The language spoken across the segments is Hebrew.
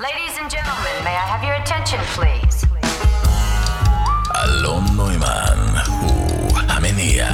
Ladies and gentlemen, may I have your attention, please? אלון נוימן הוא המניע.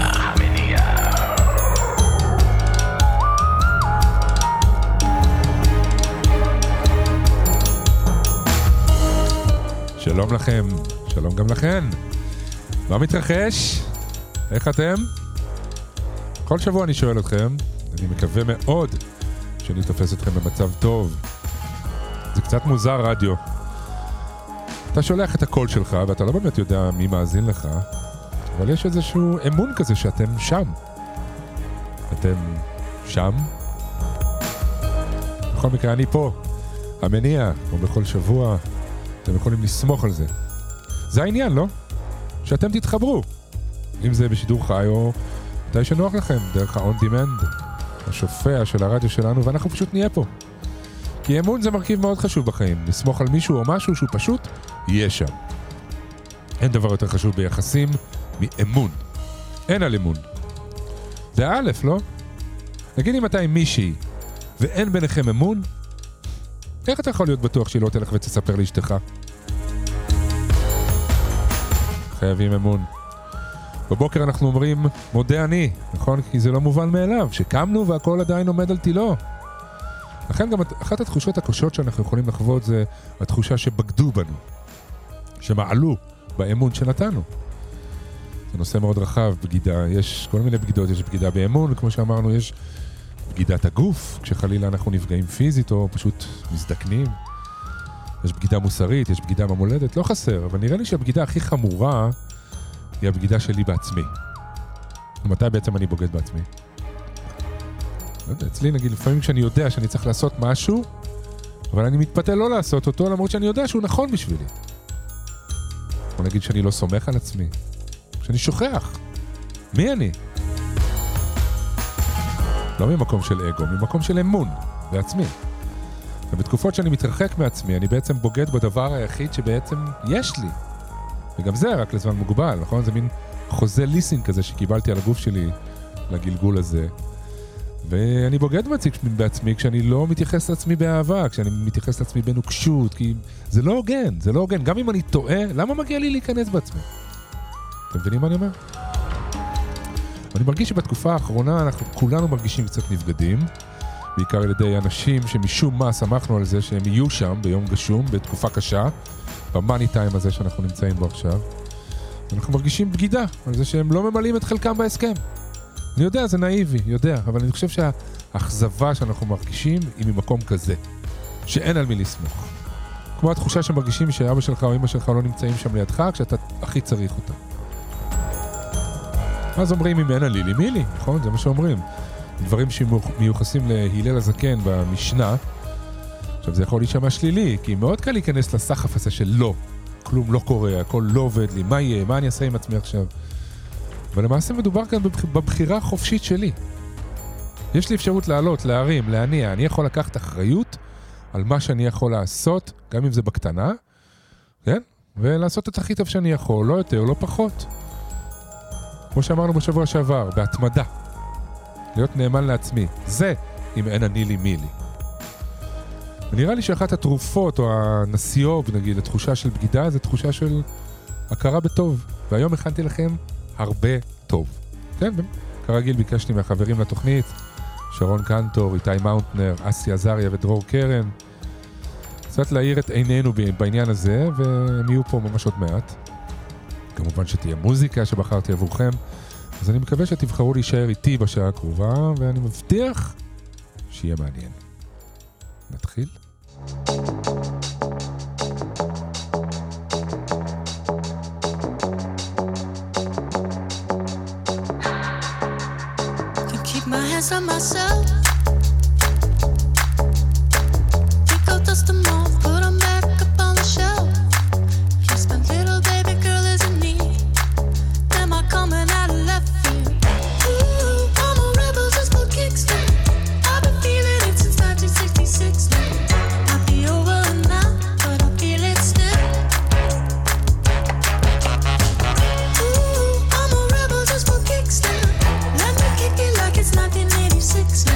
שלום לכם, שלום גם לכן. מה מתרחש? איך אתם? כל שבוע אני שואל אתכם, אני מקווה מאוד שאני תופס אתכם במצב טוב. זה קצת מוזר רדיו. אתה שולח את הקול שלך ואתה לא באמת יודע מי מאזין לך, אבל יש איזשהו אמון כזה שאתם שם. אתם שם? בכל מקרה אני פה, המניע, כמו בכל שבוע. אתם יכולים לסמוך על זה. זה העניין, לא? שאתם תתחברו. אם זה בשידור חי או מתי שנוח לכם, דרך ה-on demand, השופע של הרדיו שלנו, ואנחנו פשוט נהיה פה. כי אמון זה מרכיב מאוד חשוב בחיים. לסמוך על מישהו או משהו שהוא פשוט יהיה שם. אין דבר יותר חשוב ביחסים מאמון. אין על אמון. זה א', לא? נגיד אם אתה עם מישהי ואין ביניכם אמון, איך אתה יכול להיות בטוח שהיא לא תלך ותספר לאשתך? חייבים אמון. בבוקר אנחנו אומרים, מודה אני, נכון? כי זה לא מובן מאליו, שקמנו והכל עדיין עומד על תילו. לכן גם אחת התחושות הקשות שאנחנו יכולים לחוות זה התחושה שבגדו בנו, שמעלו באמון שנתנו. זה נושא מאוד רחב, בגידה. יש כל מיני בגידות, יש בגידה באמון, וכמו שאמרנו, יש בגידת הגוף, כשחלילה אנחנו נפגעים פיזית או פשוט מזדקנים. יש בגידה מוסרית, יש בגידה במולדת, לא חסר, אבל נראה לי שהבגידה הכי חמורה היא הבגידה שלי בעצמי. ומתי בעצם אני בוגד בעצמי? לא יודע, אצלי נגיד לפעמים כשאני יודע שאני צריך לעשות משהו, אבל אני מתפתה לא לעשות אותו, למרות שאני יודע שהוא נכון בשבילי. או נגיד שאני לא סומך על עצמי, שאני שוכח. מי אני? לא ממקום של אגו, ממקום של אמון בעצמי. ובתקופות שאני מתרחק מעצמי, אני בעצם בוגד בדבר היחיד שבעצם יש לי. וגם זה רק לזמן מוגבל, נכון? זה מין חוזה ליסינג כזה שקיבלתי על הגוף שלי לגלגול הזה. ואני בוגד בעצמי כשאני לא מתייחס לעצמי באהבה, כשאני מתייחס לעצמי בנוקשות, כי זה לא הוגן, זה לא הוגן. גם אם אני טועה, למה מגיע לי להיכנס בעצמי? אתם מבינים מה אני אומר? אני מרגיש שבתקופה האחרונה אנחנו כולנו מרגישים קצת נבגדים, בעיקר על ידי אנשים שמשום מה שמחנו על זה שהם יהיו שם ביום גשום, בתקופה קשה, במאני טיים הזה שאנחנו נמצאים בו עכשיו. אנחנו מרגישים בגידה על זה שהם לא ממלאים את חלקם בהסכם. אני יודע, זה נאיבי, יודע, אבל אני חושב שהאכזבה שאנחנו מרגישים היא ממקום כזה, שאין על מי לסמוך. כמו התחושה שמרגישים שאבא שלך או אמא שלך לא נמצאים שם לידך כשאתה הכי צריך אותם. אז אומרים אם אין עלילי מילי, נכון? זה מה שאומרים. דברים שמיוחסים להילל הזקן במשנה. עכשיו זה יכול להישמע שלילי, כי מאוד קל להיכנס לסחף הזה של לא. כלום לא קורה, הכל לא עובד לי, מה יהיה, מה אני אעשה עם עצמי עכשיו? אבל למעשה מדובר כאן בבחירה החופשית שלי. יש לי אפשרות לעלות, להרים, להניע. אני יכול לקחת אחריות על מה שאני יכול לעשות, גם אם זה בקטנה, כן? ולעשות את הכי טוב שאני יכול, לא יותר, לא פחות. כמו שאמרנו בשבוע שעבר, בהתמדה. להיות נאמן לעצמי. זה אם אין אני לי מי לי. ונראה לי שאחת התרופות או הנסיוב, נגיד, התחושה של בגידה, זה תחושה של הכרה בטוב. והיום הכנתי לכם הרבה טוב. כן, כרגיל ביקשתי מהחברים לתוכנית, שרון קנטור, איתי מאונטנר, אסי עזריה ודרור קרן, קצת להאיר את עינינו בעניין הזה, והם יהיו פה ממש עוד מעט. כמובן שתהיה מוזיקה שבחרתי עבורכם, אז אני מקווה שתבחרו להישאר איתי בשעה הקרובה, ואני מבטיח שיהיה מעניין. נתחיל? Can keep my hands on myself. Think I'll dust them off, put them back up on the shelf. Yes, my little baby girl is in need. Am I coming out of left field? Ooh, I'm a rebel just for kicks now. I've been feeling it since 1966 now. Might be over now, but I feel it still. Ooh, I'm a rebel just for kicks now. Let me kick it like it's 1986 now.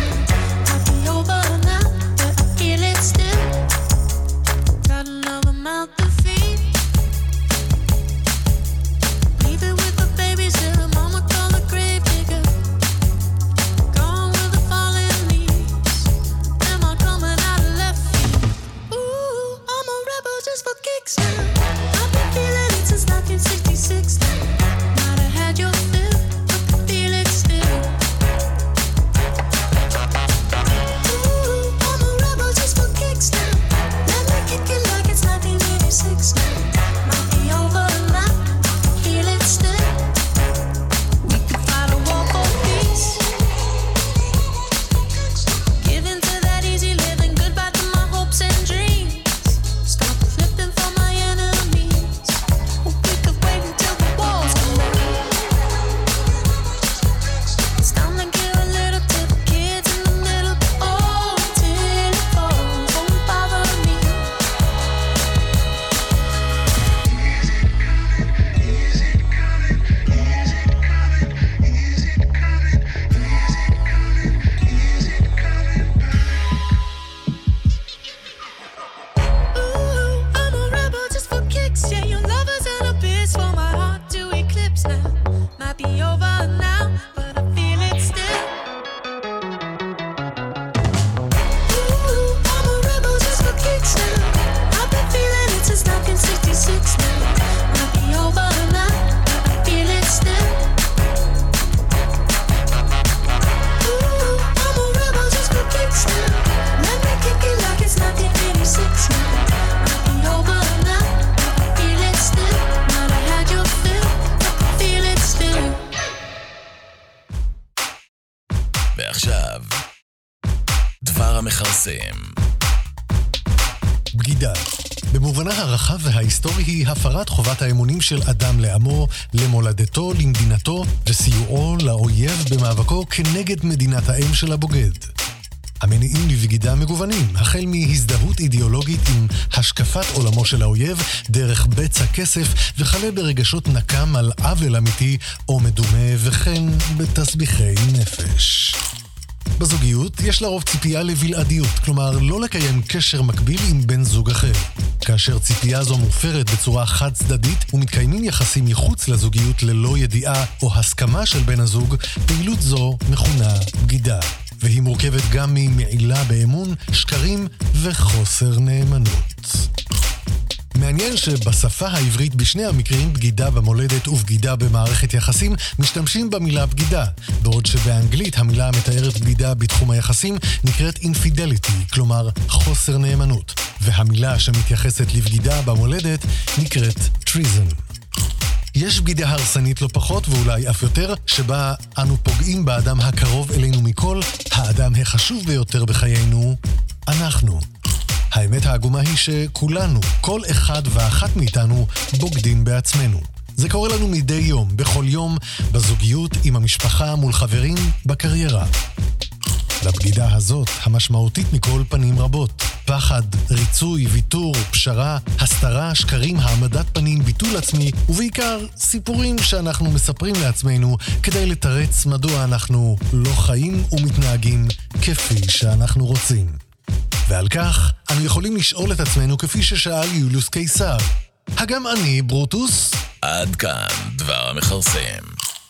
בגידה. במובנה הרחב וההיסטורי היא הפרת חובת האמונים של אדם לעמו, למולדתו, למדינתו, וסיועו לאויב במאבקו כנגד מדינת האם של הבוגד. המניעים לבגידה מגוונים, החל מהזדהות אידיאולוגית עם השקפת עולמו של האויב, דרך בצע כסף, וכלה ברגשות נקם על עוול אמיתי או מדומה, וכן בתסביכי נפש. בזוגיות יש לרוב ציפייה לבלעדיות, כלומר לא לקיים קשר מקביל עם בן זוג אחר. כאשר ציפייה זו מופרת בצורה חד צדדית ומתקיימים יחסים מחוץ לזוגיות ללא ידיעה או הסכמה של בן הזוג, פעילות זו מכונה בגידה. והיא מורכבת גם ממעילה באמון, שקרים וחוסר נאמנות. מעניין שבשפה העברית בשני המקרים, בגידה במולדת ובגידה במערכת יחסים, משתמשים במילה בגידה, בעוד שבאנגלית המילה המתארת בגידה בתחום היחסים נקראת infidelity, כלומר חוסר נאמנות, והמילה שמתייחסת לבגידה במולדת נקראת treason. יש בגידה הרסנית לא פחות ואולי אף יותר, שבה אנו פוגעים באדם הקרוב אלינו מכל, האדם החשוב ביותר בחיינו, אנחנו. האמת העגומה היא שכולנו, כל אחד ואחת מאיתנו, בוגדים בעצמנו. זה קורה לנו מדי יום, בכל יום, בזוגיות, עם המשפחה, מול חברים, בקריירה. לבגידה הזאת, המשמעותית מכל פנים רבות. פחד, ריצוי, ויתור, פשרה, הסתרה, שקרים, העמדת פנים, ביטול עצמי, ובעיקר סיפורים שאנחנו מספרים לעצמנו כדי לתרץ מדוע אנחנו לא חיים ומתנהגים כפי שאנחנו רוצים. ועל כך אנו יכולים לשאול את עצמנו כפי ששאל יוליוס קיסר. הגם אני, ברוטוס? עד כאן דבר המכרסם.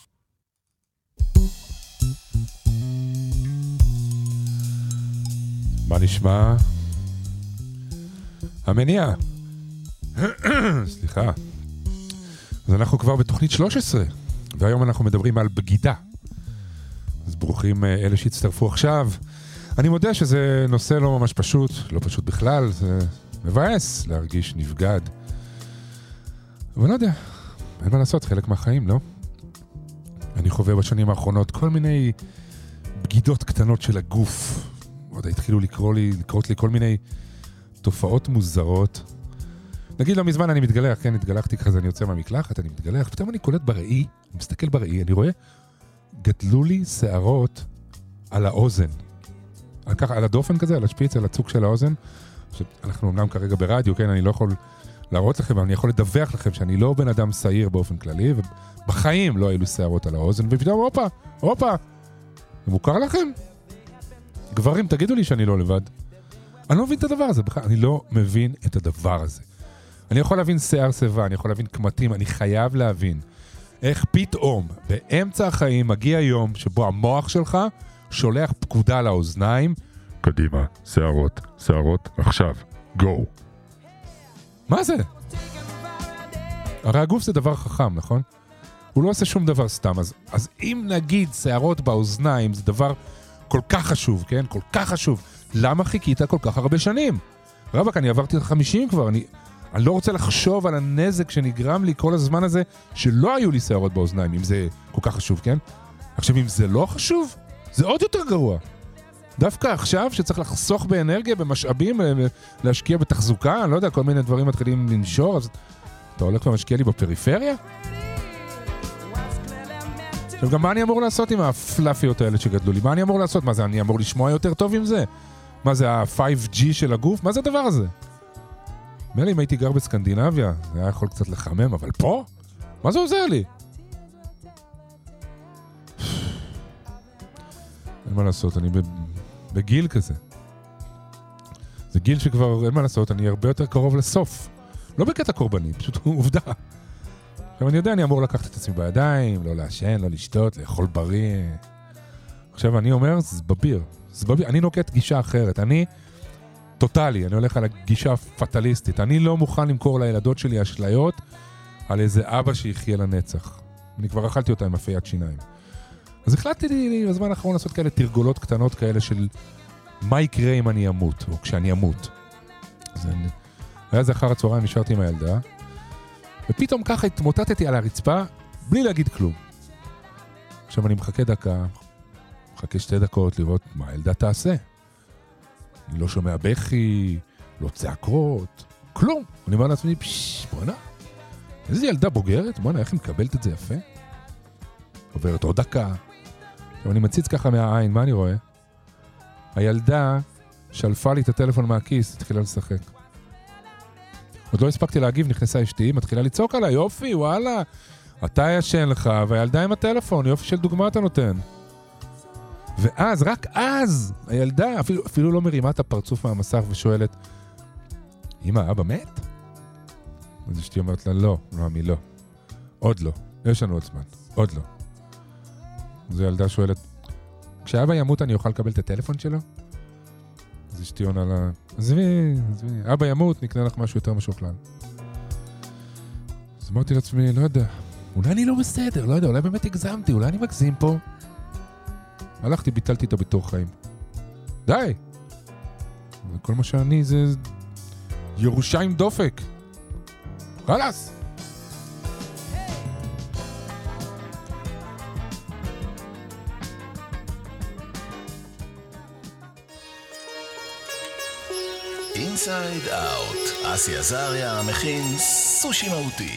מה נשמע? המניע. סליחה. אז אנחנו כבר בתוכנית 13, והיום אנחנו מדברים על בגידה. אז ברוכים אלה שהצטרפו עכשיו. אני מודה שזה נושא לא ממש פשוט, לא פשוט בכלל, זה מבאס להרגיש נבגד. אבל לא יודע, אין מה לעשות, חלק מהחיים, לא? אני חווה בשנים האחרונות כל מיני בגידות קטנות של הגוף. עוד התחילו לקרות לי כל מיני תופעות מוזרות. נגיד לא מזמן אני מתגלח, כן, התגלחתי כזה, אני יוצא מהמקלחת, אני מתגלח, פתאום אני קולט בראי, אני מסתכל בראי, אני רואה, גדלו לי שערות על האוזן. על הדופן כזה, על השפיץ, על הצוק של האוזן. אנחנו אומנם כרגע ברדיו, כן, אני לא יכול להראות לכם, אבל אני יכול לדווח לכם שאני לא בן אדם שעיר באופן כללי, ובחיים לא היו לי שערות על האוזן, ופתאום, הופה, זה מוכר לכם? גברים, תגידו לי שאני לא לבד. אני לא מבין את הדבר הזה, בכלל, אני לא מבין את הדבר הזה. אני יכול להבין שיער שיבה, אני יכול להבין קמטים, אני חייב להבין איך פתאום, באמצע החיים, מגיע יום שבו המוח שלך שולח פקודה לאוזניים, קדימה, שערות, עכשיו, גו. מה זה? הרי הגוף זה דבר חכם, נכון? הוא לא עושה שום דבר סתם, אז אם נגיד שערות באוזניים זה דבר כל כך חשוב, כן? כל כך חשוב. למה חיכית כל כך הרבה שנים? רבק, אני עברתי את 50 כבר, אני לא רוצה לחשוב על הנזק שנגרם לי כל הזמן הזה, שלא היו לי שערות באוזניים, אם זה כל כך חשוב, כן? עכשיו, אם זה לא חשוב, זה עוד יותר גרוע. דווקא עכשיו שצריך לחסוך באנרגיה, במשאבים, להשקיע בתחזוקה, אני לא יודע, כל מיני דברים מתחילים לנשור, אז אתה הולך ומשקיע לי בפריפריה? עכשיו, גם מה אני אמור לעשות עם הפלאפיות האלה שגדלו לי? מה אני אמור לעשות? מה זה, אני אמור לשמוע יותר טוב עם זה? מה זה, ה-5G של הגוף? מה זה הדבר הזה? מילא אם הייתי גר בסקנדינביה, זה היה יכול קצת לחמם, אבל פה? מה זה עוזר לי? אין מה לעשות, אני בגיל כזה. זה גיל שכבר, אין מה לעשות, אני הרבה יותר קרוב לסוף. לא בקטע קורבני, פשוט עובדה. עכשיו אני יודע, אני אמור לקחת את עצמי בידיים, לא לעשן, לא לשתות, לאכול בריא. עכשיו אני אומר, זבביר. אני נוקט גישה אחרת. אני טוטלי, אני הולך על הגישה הפטליסטית. אני לא מוכן למכור לילדות שלי אשליות על איזה אבא שיחיה לנצח. אני כבר אכלתי אותה עם אפיית שיניים. אז החלטתי לי בזמן האחרון לעשות כאלה תרגולות קטנות כאלה של מה יקרה אם אני אמות, או כשאני אמות. אז היה זה אחר הצהריים, נשארתי עם הילדה, ופתאום ככה התמוטטתי על הרצפה, בלי להגיד כלום. עכשיו אני מחכה דקה, מחכה 2 דקות לראות מה הילדה תעשה. אני לא שומע בכי, לא צעקות, כלום. אני אומר לעצמי, בוא'נה, איזה ילדה בוגרת, בוא'נה, איך היא מקבלת את זה יפה? עוברת עוד דקה. עכשיו אני מציץ ככה מהעין, מה אני רואה? הילדה שלפה לי את הטלפון מהכיס, התחילה לשחק. עוד לא הספקתי להגיב, נכנסה אשתי, מתחילה לצעוק עליי, יופי, וואלה, אתה ישן לך, והילדה עם הטלפון, יופי של דוגמה אתה נותן. ואז, רק אז, הילדה אפילו לא מרימה את הפרצוף מהמסך ושואלת, אמא, אבא מת? אז אשתי אומרת לה, לא, נעמי, לא. עוד לא, יש לנו עוד זמן, עוד לא. אז הילדה שואלת, כשאבא ימות אני אוכל לקבל את הטלפון שלו? אז אשתי עונה לה, עזבי, אבא ימות, נקנה לך משהו יותר משוכלל. אז אמרתי לעצמי, לא יודע, אולי אני לא בסדר, לא יודע, אולי באמת הגזמתי, אולי אני מגזים פה. הלכתי, ביטלתי את הביטוח חיים. די! וכל מה שאני זה ירושה עם דופק. חלאס! אינסייד אאוט, אסי עזריה מכין סושי מהותי.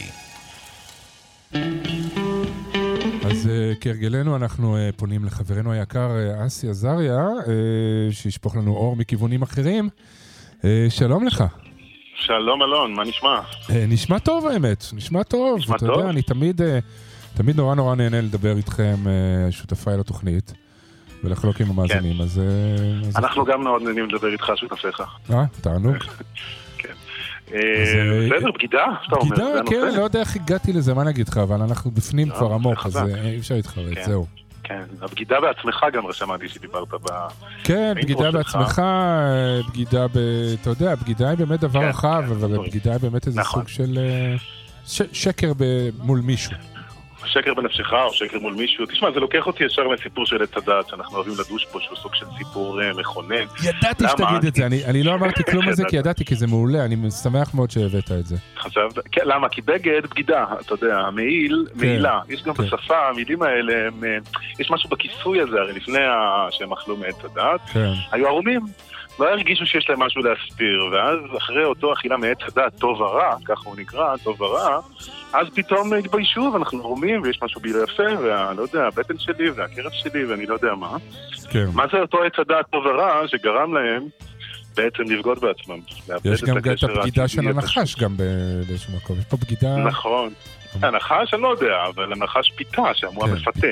אז כהרגלנו אנחנו פונים לחברנו היקר אסי עזריה, שישפוך לנו אור מכיוונים אחרים. שלום לך. שלום אלון, מה נשמע? נשמע טוב האמת, נשמע טוב. נשמע אתה טוב? יודע, אני תמיד נורא נהנה לדבר איתכם, שותפיי לתוכנית, ולחלוק עם המאזינים. אז אנחנו גם מאוד נהנים לדבר איתך, שותפיך. תענוג. כן. בסדר, בגידה, אתה אומר. בגידה, כן, לא יודע איך הגעתי לזה, מה נגיד לך, אבל אנחנו בפנים כבר עמוק, אז אי אפשר להתחרט, זהו. כן, הבגידה בעצמך גם שמעתי שדיברת כן, בגידה בעצמך, בגידה אתה יודע, בגידה היא באמת דבר רחב, אבל בגידה היא באמת איזה סוג של שקר מול מישהו. שקר בנפשך או שקר מול מישהו. תשמע, זה לוקח אותי ישר לסיפור של עץ הדת, שאנחנו אוהבים לדוש פה, שהוא סוג של סיפור מכונן. ידעתי שתגיד את זה, אני לא אמרתי כלום על זה, כי ידעתי, כי זה מעולה, אני שמח מאוד שהבאת את זה. כן, למה? כי בגד, בגידה, אתה יודע, מעיל, מעילה. יש גם בשפה, המילים האלה, יש משהו בכיסוי הזה, הרי לפני שהם אכלו מעץ הדת, היו ערומים. לא הרגישו שיש להם משהו להסביר, ואז אחרי אותו אכילה מעץ הדת, טוב ורע, ככה הוא נקרא, טוב ורע, אז פתאום התביישו, ואנחנו רומים, ויש משהו בי יפה, ולא יודע, הבטן שלי, והקרב שלי, ואני לא יודע מה. כן. מה זה אותו עץ הדת טוב ורע, שגרם להם בעצם לבגוד בעצמם. יש גם את הבגידה של הנחש, גם באיזשהו מקום. יש פה בגידה... נכון. הנחש, אני לא יודע, אבל הנחש פיתה, שאמורה מפתה.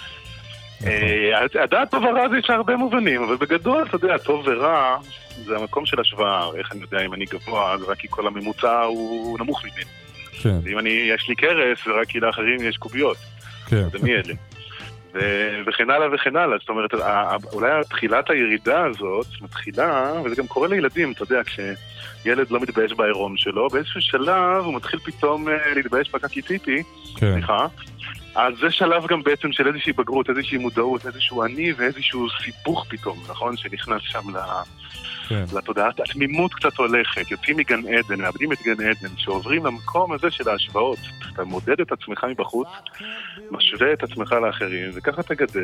הדעת טוב ורע זה יש הרבה מובנים, אבל בגדול, אתה יודע, טוב ורע זה המקום של השוואה, איך אני יודע אם אני גבוה, זה רק כי כל הממוצע הוא נמוך ממני. ואם יש לי קרס, זה רק כי לאחרים יש קוביות. זה מי אלה. וכן הלאה וכן הלאה, זאת אומרת, אולי תחילת הירידה הזאת מתחילה, וזה גם קורה לילדים, אתה יודע, כשילד לא מתבייש בעירום שלו, באיזשהו שלב הוא מתחיל פתאום להתבייש בקקי טיפי, סליחה, אז זה שלב גם בעצם של איזושהי בגרות, איזושהי מודעות, איזשהו אני ואיזשהו סיבוך פתאום, נכון? שנכנס שם לתודעת, התמימות קצת הולכת, יוצאים מגן עדן, מאבדים את גן עדן, שעוברים למקום הזה של ההשוואות. אתה מודד את עצמך מבחוץ, משווה את עצמך לאחרים, וככה אתה גדל,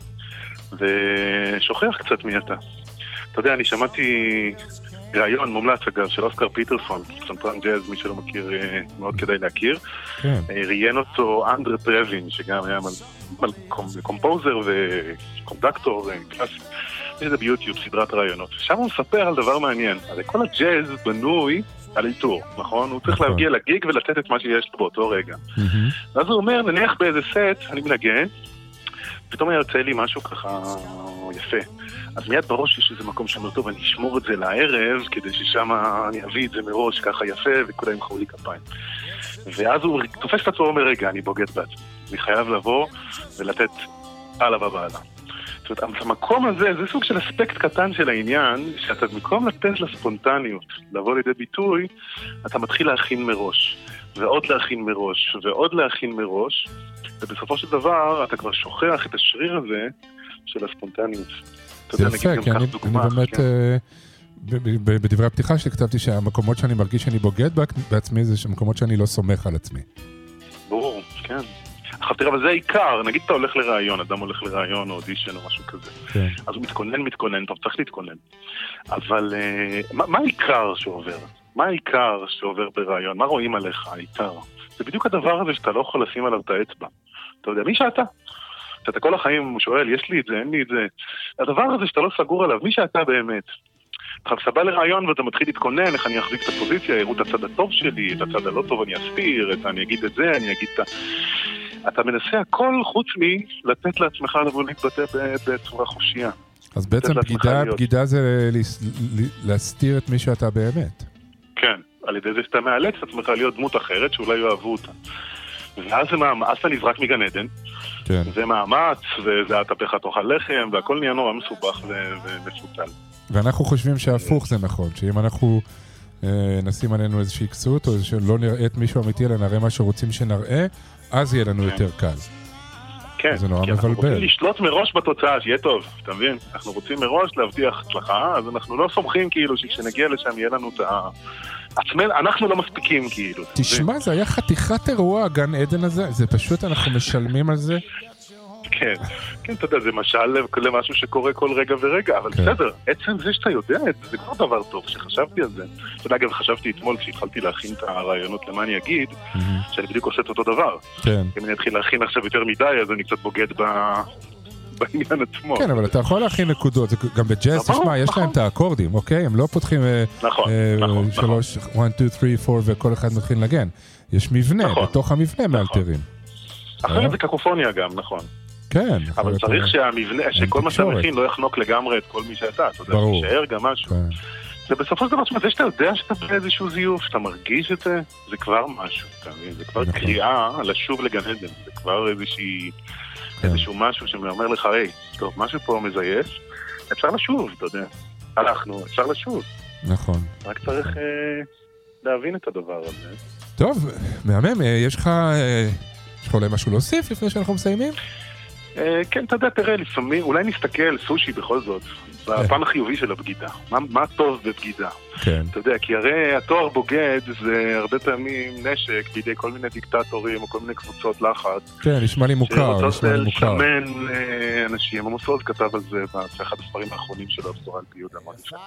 ושוכח קצת מי אתה. אתה יודע, אני שמעתי רעיון מומלץ אגב של אוסקר פיטרסון, פסנתרן ג'אז, מי שלא מכיר, מאוד כדאי להכיר. ראיין אותו אנדרה טרווין, שגם היה קומפוזר וקונדקטור קלאסי. יש זה ביוטיוב, סדרת רעיונות. שם הוא מספר על דבר מעניין. הרי כל הג'אז בנוי על איתור, נכון? הוא צריך להגיע לגיג ולתת את מה שיש לו באותו רגע. ואז הוא אומר, נניח באיזה סט, אני מנגן, פתאום היה יוצא לי משהו ככה יפה. אז מיד בראש יש איזה מקום שאומר, טוב, אני אשמור את זה לערב, כדי ששם אני אביא את זה מראש ככה יפה, וכולם ימחאו לי כפיים. ואז הוא תופס את עצמו ואומר, רגע, אני בוגד בעצמי. אני חייב לבוא ולתת הלאה ובעלה. זאת אומרת, המקום הזה, זה סוג של אספקט קטן של העניין, שאתה במקום לתת לספונטניות, לבוא לידי ביטוי, אתה מתחיל להכין מראש, ועוד להכין מראש, ועוד להכין מראש, ובסופו של דבר אתה כבר שוכח את השריר הזה של הספונטניות. זה יפה, כי אני באמת, בדברי הפתיחה שלי כתבתי שהמקומות שאני מרגיש שאני בוגד בעצמי, זה מקומות שאני לא סומך על עצמי. ברור, כן. תראה, אבל זה העיקר, נגיד אתה הולך לרעיון, אדם הולך לרעיון או אודישן או משהו כזה. כן. אז הוא מתכונן, טוב, צריך להתכונן. אבל מה העיקר שעובר? מה העיקר שעובר ברעיון? מה רואים עליך, העיקר? זה בדיוק הדבר הזה שאתה לא יכול לשים עליו את האצבע. אתה יודע, מי שאתה? אתה כל החיים שואל, יש לי את זה, אין לי את זה. הדבר הזה שאתה לא סגור עליו, מי שאתה באמת. אתה בא לרעיון ואתה מתחיל להתכונן, איך אני אחזיק את הפוזיציה, יראו את הצד הטוב שלי, את הצד הלא טוב אני אסתיר, אני אגיד את זה, אני אגיד את... אתה מנסה הכל חוץ מלתת לעצמך לבוא להתבטא בצורה חושייה. אז בעצם בגידה זה להסתיר את מי שאתה באמת. כן, על ידי זה שאתה מאלץ את עצמך להיות דמות אחרת, שאולי יאהבו אותה. ואז אתה נזרק מגן עדן, כן. זה מאמץ, וזה התפך תאכל לחם, והכל נהיה נורא מסובך ומפותל. ואנחנו חושבים שהפוך זה נכון, שאם אנחנו נשים עלינו איזושהי כסות, או שלא נראה את מישהו אמיתי, אלא נראה מה שרוצים שנראה, אז יהיה לנו יותר קל. כן, זה נורא כי אנחנו מבלבל. רוצים לשלוט מראש בתוצאה, שיהיה טוב, אתה מבין? אנחנו רוצים מראש להבטיח הצלחה, אז אנחנו לא סומכים כאילו שכשנגיע לשם יהיה לנו את אנחנו לא מספיקים כאילו. תשמע, זה היה חתיכת אירוע, גן עדן הזה, זה פשוט אנחנו משלמים על זה. כן, כן, אתה יודע, זה משל למשהו שקורה כל רגע ורגע, אבל בסדר, עצם זה שאתה יודע את זה, זה כבר דבר טוב, שחשבתי על זה. אתה יודע, אגב, חשבתי אתמול, כשהתחלתי להכין את הרעיונות למה אני אגיד, שאני בדיוק עושה את אותו דבר. כן. אם אני אתחיל להכין עכשיו יותר מדי, אז אני קצת בוגד בעניין עצמו. כן, אבל אתה יכול להכין נקודות, גם בג'אז, תשמע, יש להם את האקורדים, אוקיי? הם לא פותחים 3, 1, 2, 3, 4 וכל אחד מתחיל לנגן. יש מבנה, בתוך המבנה מאלתרים. אחרת זה קקופוניה גם, נכון. כן. אבל צריך שהמבנה, שכל מה שאתה מכין לא יחנוק לגמרי את כל מי שאתה, אתה יודע, שישאר גם משהו. זה בסופו של דבר, זה שאתה יודע שאתה באיזשהו זיוף, שאתה מרגיש את זה, זה כבר משהו, אתה מבין? זה כבר קריאה לשוב לגן עדן, זה כבר איזשהו משהו שאומר לך, היי, טוב, משהו פה מזייף, אפשר לשוב, אתה יודע. אפשר לשוב. נכון. רק צריך להבין את הדבר הזה. טוב, מהמם, יש לך אולי משהו להוסיף לפני שאנחנו מסיימים? כן, אתה יודע, תראה, לפעמים, אולי נסתכל סושי בכל זאת, בפן החיובי של הבגידה. מה טוב בבגידה? כן. אתה יודע, כי הרי התואר בוגד זה הרבה פעמים נשק בידי כל מיני דיקטטורים או כל מיני קבוצות לחץ. כן, נשמע לי מוכר. שרוצות לשמן אנשים. עמוס עוז כתב על זה באחד הספרים האחרונים שלו, בשורה על פי יהודה מאוד יפה.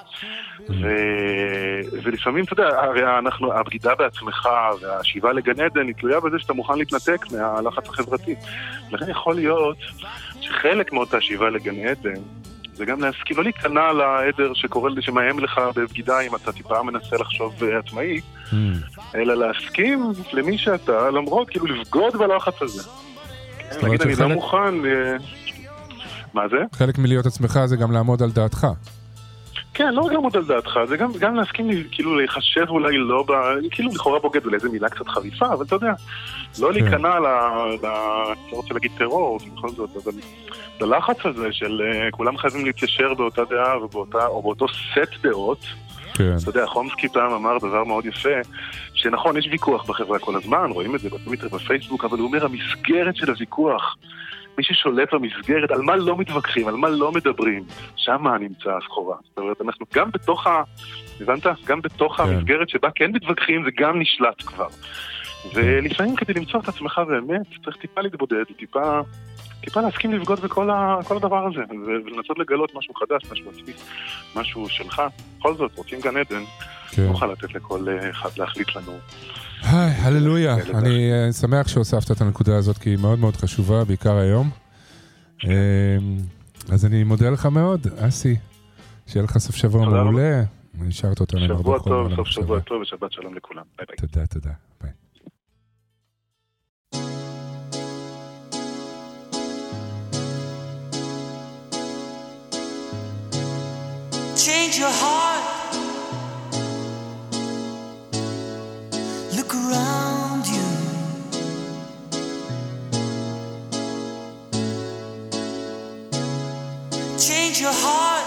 ולפעמים, אתה יודע, הרי הבגידה בעצמך והשיבה לגן עדן היא תלויה בזה שאתה מוכן להתנתק מהלחץ החברתי. לכן יכול להיות שחלק מאותה שיבה לגן עדן זה גם להסכים, לא להיכנע לעדר שמאיים לך בבגידה אם אתה טיפה מנסה לחשוב עצמאי, אלא להסכים למי שאתה, למרות כאילו לבגוד בלחץ הזה. נגיד, אני לא מוכן... מה זה? חלק מלהיות עצמך זה גם לעמוד על דעתך. כן, לא רק לעמוד על דעתך, זה גם להסכים כאילו להיחשב אולי לא כאילו לכאורה בוגד ולאיזה מילה קצת חריפה, אבל אתה יודע, לא להיכנע לא רוצה להגיד טרור, בכל זאת, אבל ללחץ הזה של כולם חייבים להתיישר באותה דעה או באותו סט דעות. אתה יודע, חומסקי פעם אמר דבר מאוד יפה, שנכון, יש ויכוח בחברה כל הזמן, רואים את זה בטוויטר, בפייסבוק, אבל הוא אומר, המסגרת של הוויכוח, מי ששולט במסגרת, על מה לא מתווכחים, על מה לא מדברים, שם נמצא הסחורה. זאת אומרת, אנחנו גם בתוך הבנת? גם בתוך המסגרת שבה כן מתווכחים, זה גם נשלט כבר. ולפעמים כדי למצוא את עצמך באמת, צריך טיפה להתבודד, טיפה להסכים לבגוד בכל הדבר הזה, ולנסות לגלות משהו חדש, משהו עצמי, משהו שלך. בכל זאת, רוצים גן עדן, נוכל לתת לכל אחד להחליט לנו. היי, הללויה. אני שמח שהוספת את הנקודה הזאת, כי היא מאוד מאוד חשובה, בעיקר היום. אז אני מודה לך מאוד, אסי. שיהיה לך סוף שבוע מעולה. נשארת אותנו עם הרבה חול. שבוע טוב, סוף שבוע טוב, ושבת שלום לכולם. ביי ביי. תודה. ביי. Change your heart. Look around you. Change your heart.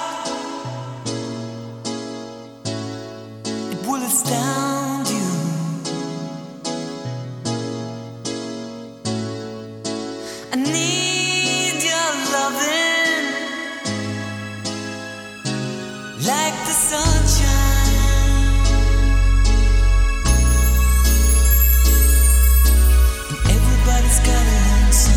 It will astound you. I need your loving like the sunshine. And everybody's got an answer.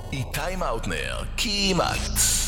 איתי מאוטנר, כמעט.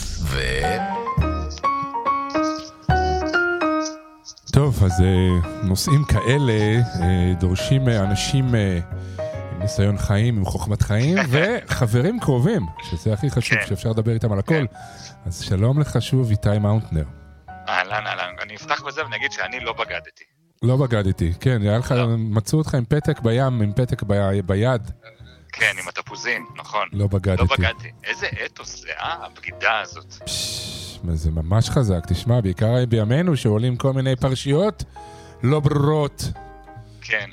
טוב, אז נושאים כאלה דורשים אנשים עם ניסיון חיים, עם חוכמת חיים, וחברים קרובים, שזה הכי חשוב, שאפשר לדבר איתם על הכל. אז שלום לך שוב, איתי מאוטנר. אהלן, אני אפתח בזה ואני אגיד שאני לא בגדתי. לא בגדתי, כן, היה לך, מצאו אותך עם פתק בים, עם פתק ביד. כן, עם התפוזים, נכון. לא בגדתי. לא בגדתי. איזה אתוס זה, הבגידה הזאת. זה ממש חזק, תשמע, בעיקר בימינו שעולים כל מיני פרשיות לא ברורות. כן.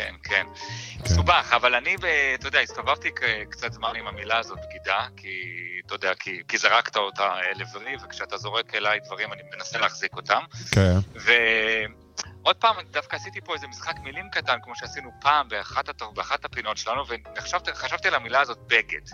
סובח, אבל אני, אתה יודע, הסתובבתי קצת זמן עם המילה הזאת, בגידה, כי, אתה יודע, כי זרקת אותה לעברי, וכשאתה זורק אליי דברים, אני מנסה להחזיק אותם. כן. ועוד פעם, דווקא עשיתי פה איזה משחק מילים קטן, כמו שעשינו פעם באחת הפינות שלנו, וחשבתי על המילה הזאת, בגד.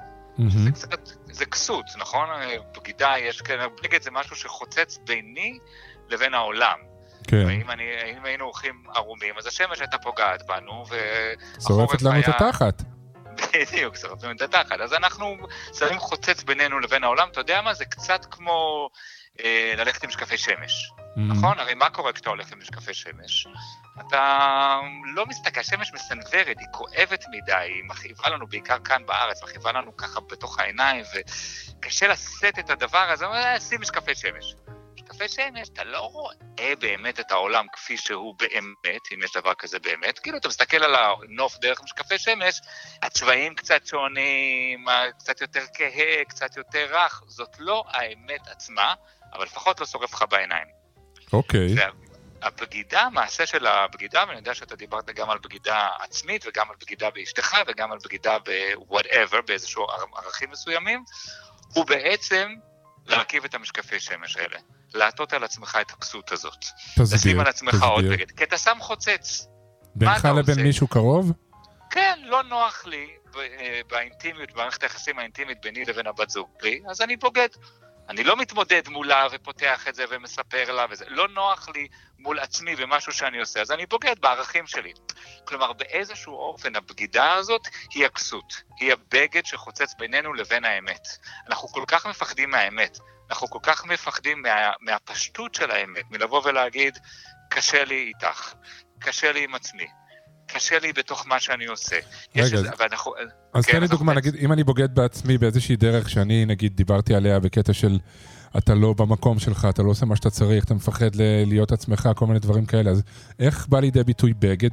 זה כסות, נכון? בגידה יש, בגד זה משהו שחוצץ ביני לבין העולם. כן. אם היינו הולכים ערומים, אז השמש הייתה פוגעת בנו, שורפת לנו את התחת. בדיוק, שורפת לנו את התחת. אז אנחנו שמים חוצץ בינינו לבין העולם, אתה יודע מה? זה קצת כמו ללכת עם משקפי שמש. נכון? הרי מה קורה כשאתה הולך עם משקפי שמש? אתה לא מסתכל, השמש מסנוורת, היא כואבת מדי, היא מכאיבה לנו בעיקר כאן בארץ, מכאיבה לנו ככה בתוך העיניים, וקשה לשאת את הדבר הזה, שים משקפי שמש. משקפי שמש, אתה לא רואה באמת את העולם כפי שהוא באמת, אם יש דבר כזה באמת, כאילו אתה מסתכל על הנוף דרך משקפי שמש, הצבעים קצת שונים, קצת יותר כהה, קצת יותר רך, זאת לא האמת עצמה, אבל לפחות לא שורף לך בעיניים. אוקיי. הבגידה, המעשה של הבגידה, ואני יודע שאתה דיברת גם על בגידה עצמית, וגם על בגידה באשתך, וגם על בגידה ב-whatever, באיזשהו ערכים מסוימים, הוא בעצם להרכיב את המשקפי שמש האלה. לעטות על עצמך את הכסות הזאת. לשים על עצמך עוד בגד. כי אתה שם חוצץ. בינך לבין מישהו קרוב? כן, לא נוח לי באינטימיות, במערכת היחסים האינטימית ביני לבין הבת זוג לי, אז אני בוגד. אני לא מתמודד מולה ופותח את זה ומספר לה וזה. לא נוח לי מול עצמי במשהו שאני עושה, אז אני בוגד בערכים שלי. כלומר, באיזשהו אופן הבגידה הזאת היא הכסות. היא הבגד שחוצץ בינינו לבין האמת. אנחנו כל כך מפחדים מהאמת. אנחנו כל כך מפחדים מהפשטות של האמת, מלבוא ולהגיד, קשה לי איתך, קשה לי עם עצמי, קשה לי בתוך מה שאני עושה. רגע, אז תן לי דוגמה, נגיד, אם אני בוגד בעצמי באיזושהי דרך שאני, נגיד, דיברתי עליה בקטע של אתה לא במקום שלך, אתה לא עושה מה שאתה צריך, אתה מפחד להיות עצמך, כל מיני דברים כאלה, אז איך בא לידי ביטוי בגד?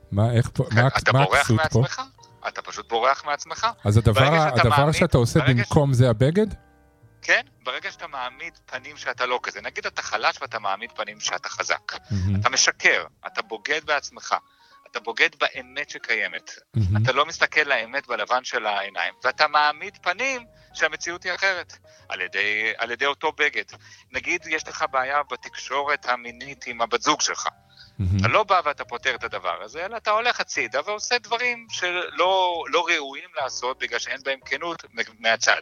אתה בורח מעצמך? אתה פשוט בורח מעצמך? אז הדבר שאתה עושה במקום זה הבגד? כן, ברגע שאתה מעמיד פנים שאתה לא כזה, נגיד אתה חלש ואתה מעמיד פנים שאתה חזק, אתה משקר, אתה בוגד בעצמך, אתה בוגד באמת שקיימת, אתה לא מסתכל לאמת בלבן של העיניים, ואתה מעמיד פנים שהמציאות היא אחרת, על ידי אותו בגד. נגיד יש לך בעיה בתקשורת המינית עם הבת זוג שלך, אתה לא בא ואתה פותר את הדבר הזה, אלא אתה הולך הצידה ועושה דברים שלא ראויים לעשות, בגלל שאין בהם כנות מהצד.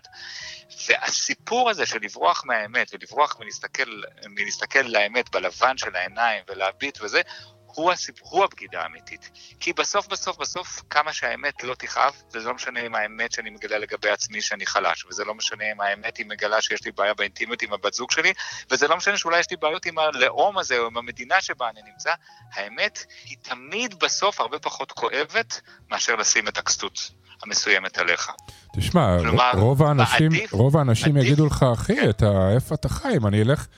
והסיפור הזה של לברוח מהאמת, ולברוח מלהסתכל לאמת בלבן של העיניים, ולהביט וזה, הוא הבגידה האמיתית. כי בסוף, כמה שהאמת לא תכאב, וזה לא משנה עם האמת שאני מגלה לגבי עצמי שאני חלש, וזה לא משנה עם האמת היא מגלה שיש לי בעיה באינטימיות עם הבת זוג שלי, וזה לא משנה שאולי יש לי בעיות עם הלאום הזה, או עם המדינה שבה אני נמצא, האמת היא תמיד בסוף הרבה פחות כואבת, מאשר לשים את הכסות המסוימת עליך. תשמע, רוב האנשים יגידו לך, אחי, איפה אתה חי? אם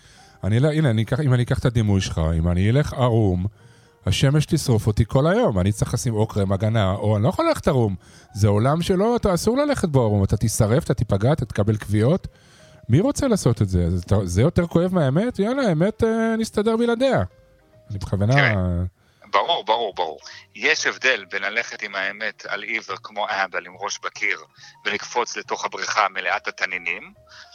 אני אקח את הדימוי שלך, אם אני אלך ערום, השמש תשרוף אותי כל היום, אני צריך לשים או קרם הגנה, או אני לא יכול ללכת ערום. זה עולם שלא, אתה אסור ללכת בו ערום, אתה תשרף, אתה תיפגע, אתה תקבל קביעות. מי רוצה לעשות את זה? זה יותר כואב מהאמת? יאללה, האמת נסתדר בלעדיה. אני בכוונה... ברור. יש הבדל בין ללכת עם האמת על עיוור כמו אהבל עם ראש בקיר, ולקפוץ לתוך הבריכה מלאת התנינים,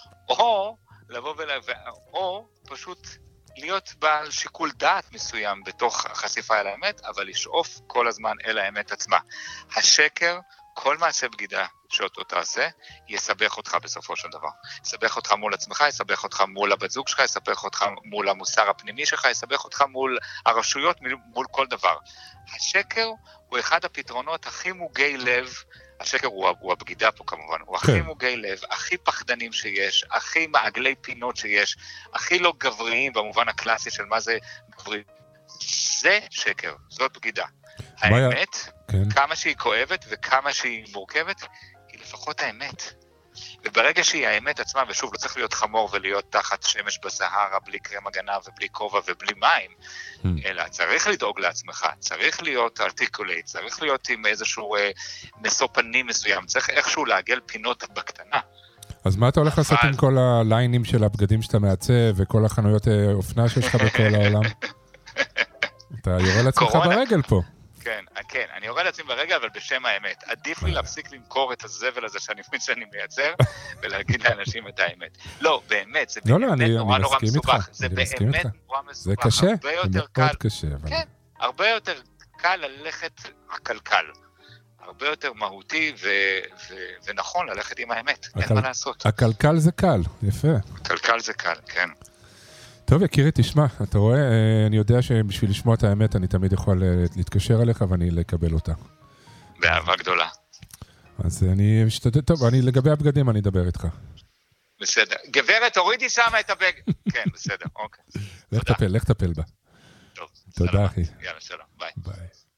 או פשוט להיות בעל שיקול דעת מסוים בתוך החשיפה אל האמת, אבל לשאוף כל הזמן אל האמת עצמה. השקר, כל מעשה בגידה שאותו תעשה, יסבך אותך בסופו של דבר. יסבך אותך מול עצמך, יסבך אותך מול הבת זוג שלך, יסבך אותך מול המוסר הפנימי שלך, יסבך אותך מול הרשויות, מול כל דבר. השקר הוא אחד הפתרונות הכי מוגי לב, השקר הוא הבגידה פה כמובן, הוא הכי מוגי לב, הכי פחדנים שיש, הכי מעגלי פינות שיש, הכי לא גבריים במובן הקלאסי של מה זה גברי. זה שקר, זאת בגידה. האמת, כמה שהיא כואבת וכמה שהיא מורכבת, היא לפחות האמת. וברגע שהיא האמת עצמה, ושוב, לא צריך להיות חמור ולהיות תחת שמש בסהרה, בלי קרם הגנה ובלי כובע ובלי מים, אלא צריך לדאוג לעצמך, צריך להיות ארטיקולייט, צריך להיות עם איזשהו נשוא פנים מסוים, צריך איכשהו לעגל פינות בקטנה. אז מה אתה הולך לעשות עם כל הליינים של הבגדים שאתה מעצב, וכל החנויות אופנה שיש לך בכל העולם? אתה יורה לעצמך ברגל פה. כן, כן, אני יורד לעצמי ברגע, אבל בשם האמת. עדיף לי להפסיק למכור את הזבל הזה שאני מייצר, ולהגיד לאנשים את האמת. לא, באמת, זה באמת נורא נורא מסובך. זה באמת נורא מסובך. זה קשה, זה מאוד קשה. כן, הרבה יותר קל ללכת הקלקל. הרבה יותר מהותי ונכון ללכת עם האמת. אין מה לעשות. הקלקל זה קל, יפה. הקלקל זה קל, כן. טוב, יקירי, תשמע, אתה רואה, אני יודע שבשביל לשמוע את האמת אני תמיד יכול להתקשר אליך ואני לקבל אותה. באהבה גדולה. אז אני משתדל, טוב, לגבי הבגדים אני אדבר איתך. בסדר. גברת, הורידי שמה את הבגד. כן, בסדר, אוקיי. לך תטפל בה. טוב. תודה, אחי. יאללה, שלום, ביי. ביי.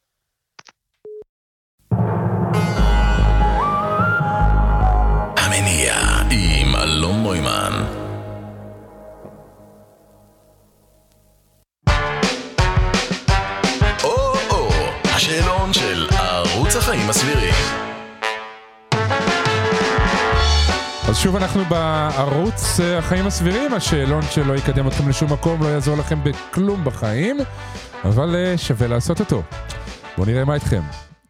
המניע עם אלון מוימן. השאלון של ערוץ החיים הסבירים. אז שוב אנחנו בערוץ החיים הסבירים, השאלון שלא יקדם אתכם לשום מקום, לא יעזור לכם בכלום בחיים, אבל שווה לעשות אותו. בואו נראה מה איתכם.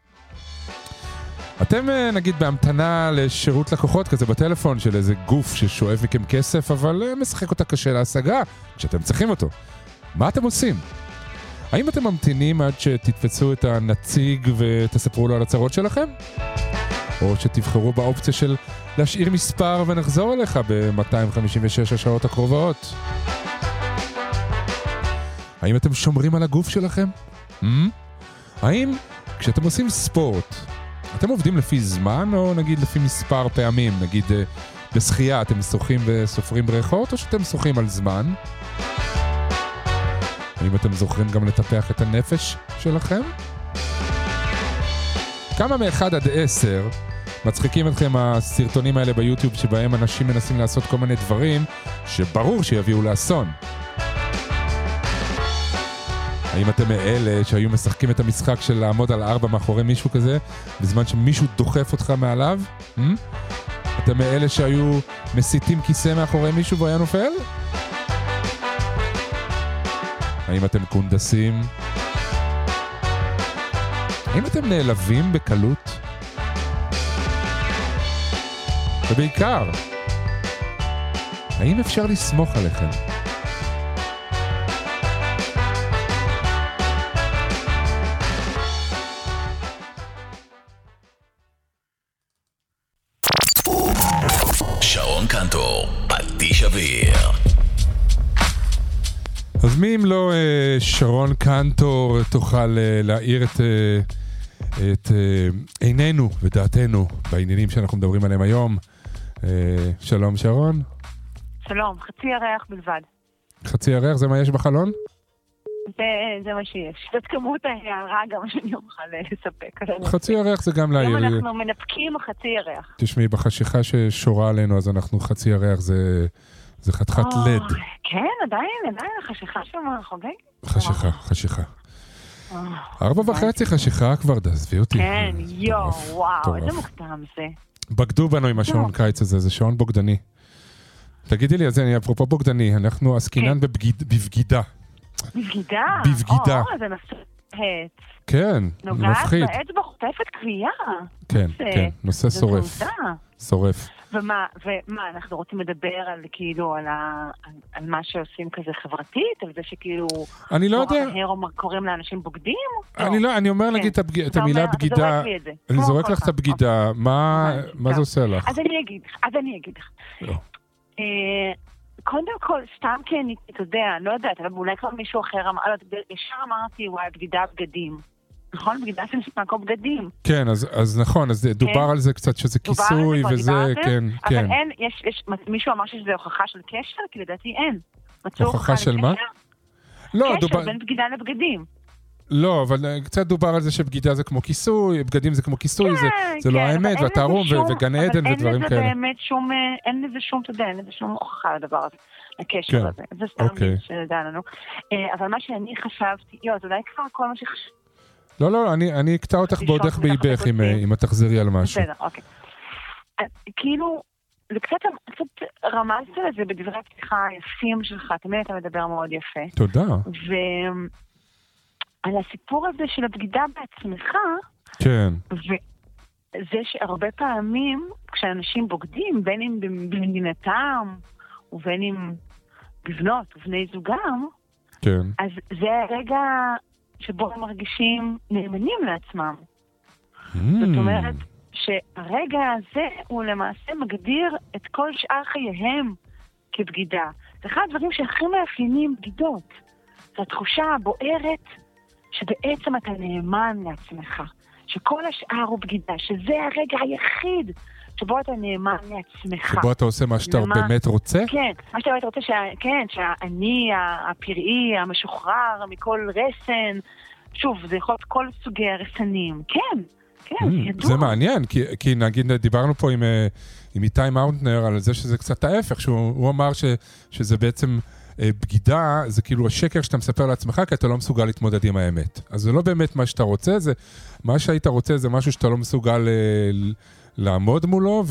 אתם נגיד בהמתנה לשירות לקוחות כזה בטלפון של איזה גוף ששואב מכם כסף, אבל משחק אותה קשה להשגה כשאתם צריכים אותו. מה אתם עושים? האם אתם ממתינים עד שתתפסו את הנציג ותספרו לו על הצרות שלכם? או שתבחרו באופציה של להשאיר מספר ונחזור אליך ב-256 השעות הקרובות? האם אתם שומרים על הגוף שלכם? האם כשאתם עושים ספורט, אתם עובדים לפי זמן או נגיד לפי מספר פעמים? נגיד בשחייה אתם שוחים וסופרים בריכות או שאתם שוחים על זמן? האם אתם זוכרים גם לטפח את הנפש שלכם? כמה מ-1 עד 10 מצחיקים אתכם הסרטונים האלה ביוטיוב שבהם אנשים מנסים לעשות כל מיני דברים שברור שיביאו לאסון? האם אתם מאלה שהיו משחקים את המשחק של לעמוד על 4 מאחורי מישהו כזה בזמן שמישהו דוחף אותך מעליו? אתם מאלה שהיו מסיטים כיסא מאחורי מישהו והיה נופל? האם אתם קונדסים? האם אתם נעלבים בקלות? ובעיקר, האם אפשר לסמוך עליכם? שרון קנטור, פטיש אוויר. אז מי אם לא שרון קנטור תוכל להאיר את עינינו ודעתנו בעניינים שאנחנו מדברים עליהם היום. שלום שרון. שלום, חצי ירח בלבד. חצי ירח זה מה יש בחלון? זה מה שיש. זאת כמות ההערה גם שאני אוכל לספק. חצי ירח זה גם להעיר. היום אנחנו מנפקים חצי ירח. תשמעי, בחשיכה ששורה עלינו אז אנחנו חצי ירח זה חתיכת לד. כן, עדיין, החשיכה שם חוגג. חשיכה. 4:30 חשיכה כבר, עזבי אותי. כן, וואו, איזה מוקדם זה. בגדו בנו עם השעון קיץ הזה, זה שעון בוגדני. תגידי לי, אז אני אפרופו בוגדני, אנחנו עסקינן בבגידה. בבגידה? בבגידה. זה נושא. כן, מפחיד. נוגעת באצבע חוטפת קביעה. כן, נושא שורף. שורף. ומה, אנחנו רוצים לדבר על כאילו, על מה שעושים כזה חברתית, על זה שכאילו, אני לא יודע. קוראים לאנשים בוגדים? אני אומר נגיד את המילה בגידה, אני זורק לך את הבגידה, מה זה עושה לך? אז אני אגיד לך. קודם כל, סתם אתה יודע, לא יודעת, אבל אולי כבר מישהו אחר אמר, ישר אמרתי, וואי, בגידה בגדים. נכון? בגידה זה מקום בגדים. כן, אז נכון, אז דובר על זה קצת שזה כיסוי וזה, כן, כן. אבל אין, מישהו אמר שזה הוכחה של קשר? כי לדעתי אין. הוכחה של מה? לא, קשר בין בגידה לבגדים. לא, אבל קצת דובר על זה שבגידה זה כמו כיסוי, בגדים זה כמו כיסוי, זה לא האמת, והתערום וגן עדן ודברים כאלה. אבל אין לזה שום, אתה יודע, אין לזה שום הוכחה לדבר הזה, לקשר הזה. זה סתם שנדע לנו. אבל מה שאני חשבתי, זה אולי כבר כל מה שחשבתי. לא, אני אקטע אותך בעודך באיבך אם את תחזרי על משהו. בסדר, אוקיי. כאילו, זה קצת רמזת לזה בדברי הפתיחה היפים שלך, תמיד אתה מדבר מאוד יפה. תודה. על הסיפור הזה של הבגידה בעצמך, כן. וזה שהרבה פעמים כשאנשים בוגדים, בין אם במדינתם ובין אם בבנות ובני זוגם, כן. אז זה הרגע שבו הם מרגישים נאמנים לעצמם. זאת אומרת שהרגע הזה הוא למעשה מגדיר את כל שאר חייהם כבגידה. זה אחד הדברים שהכי מאפיינים בגידות. זו התחושה הבוערת שבעצם אתה נאמן לעצמך, שכל השאר הוא בגידה, שזה הרגע היחיד שבו אתה נאמן לעצמך. שבו אתה עושה מה שאתה באמת רוצה? כן, מה שאתה באמת רוצה, שהאני, הפראי, המשוחרר, מכל רסן, שוב, זה יכול להיות כל סוגי הרסנים. כן, כן, זה ידוע. זה מעניין, כי נגיד דיברנו פה עם איתי מאונטנר על זה שזה קצת ההפך, שהוא אמר שזה בעצם בגידה, זה כאילו השקר שאתה מספר לעצמך, כי אתה לא מסוגל להתמודד עם האמת. אז זה לא באמת מה שאתה רוצה, מה שהיית רוצה זה משהו שאתה לא מסוגל לעמוד מולו,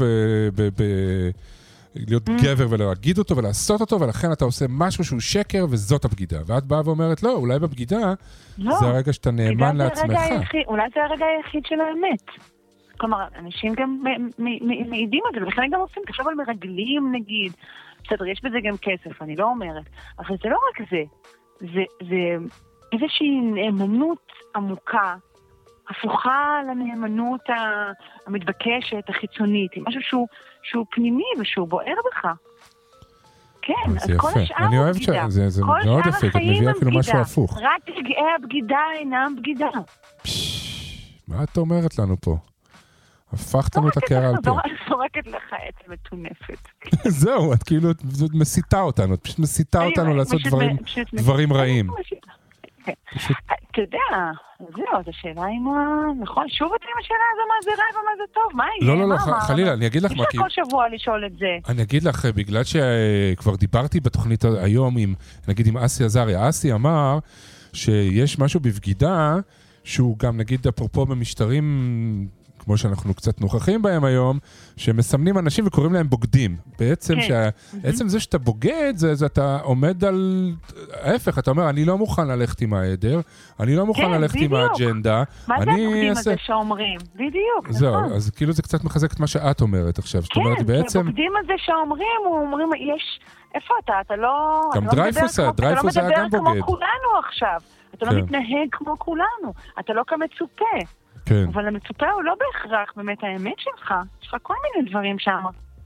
להיות גבר ולהגיד אותו ולעשות אותו, ולכן אתה עושה משהו שהוא שקר, וזאת הבגידה. ואת באה ואומרת, לא, אולי בבגידה, זה הרגע שאתה נאמן לעצמך. אולי זה הרגע היחיד של האמת. כלומר, אנשים גם מעידים על זה, ולכן גם עושים, תחשוב על מרגלים נגיד, בסדר, יש בזה גם כסף, אני לא אומרת, אבל זה לא רק זה, זה איזושהי נאמנות עמוקה, הפוכה לנאמנות המתבקשת, החיצונית, משהו שהוא פנימי ושהוא בוער בך. כן, אז כל השאר הוא בגידה. זה מאוד יפה, את מביאה אפילו משהו הפוך. רק רגעי הבגידה אינם בגידה. מה את אומרת לנו פה? הפכת לנו את הקערה על פה. זורקת לך עצם מטונפת. זהו, את כאילו מסיתה אותנו, את פשוט מסיתה אותנו לעשות דברים רעים. אתה יודע, זהו, זו שאלה עם נכון, שוב אותי עם השאלה הזו, מה זה רע ומה זה טוב, מה יהיה? לא, חלילה, אני אגיד לך מה. יש לך כל שבוע לשאול את זה. אני אגיד לך, בגלל שכבר דיברתי בתוכנית היום, נגיד עם אסי עזריה, אסי אמר שיש משהו בבגידה, שהוא גם נגיד אפרופו במשטרים כמו שאנחנו קצת נוכחים בהם היום, שמסמנים אנשים וקוראים להם בוגדים. בעצם עצם זה שאתה בוגד, זה אתה עומד על ההפך, אתה אומר, אני לא מוכן ללכת עם העדר, אני לא מוכן ללכת עם האג'נדה. מה זה הבוגדים הזה שאומרים? בדיוק, נכון. זהו, אז כאילו זה קצת מחזק את מה שאת אומרת עכשיו. כן, כי הבוגדים הזה שאומרים, יש, איפה אתה לא... גם דרייפוס היה גם בוגד. אתה לא מדבר כמו כולנו עכשיו, אתה לא מתנהג כמו כולנו, אתה לא כמצופה. כן. אבל המצופה הוא לא בהכרח באמת האמת שלך. יש לך כל מיני דברים שם.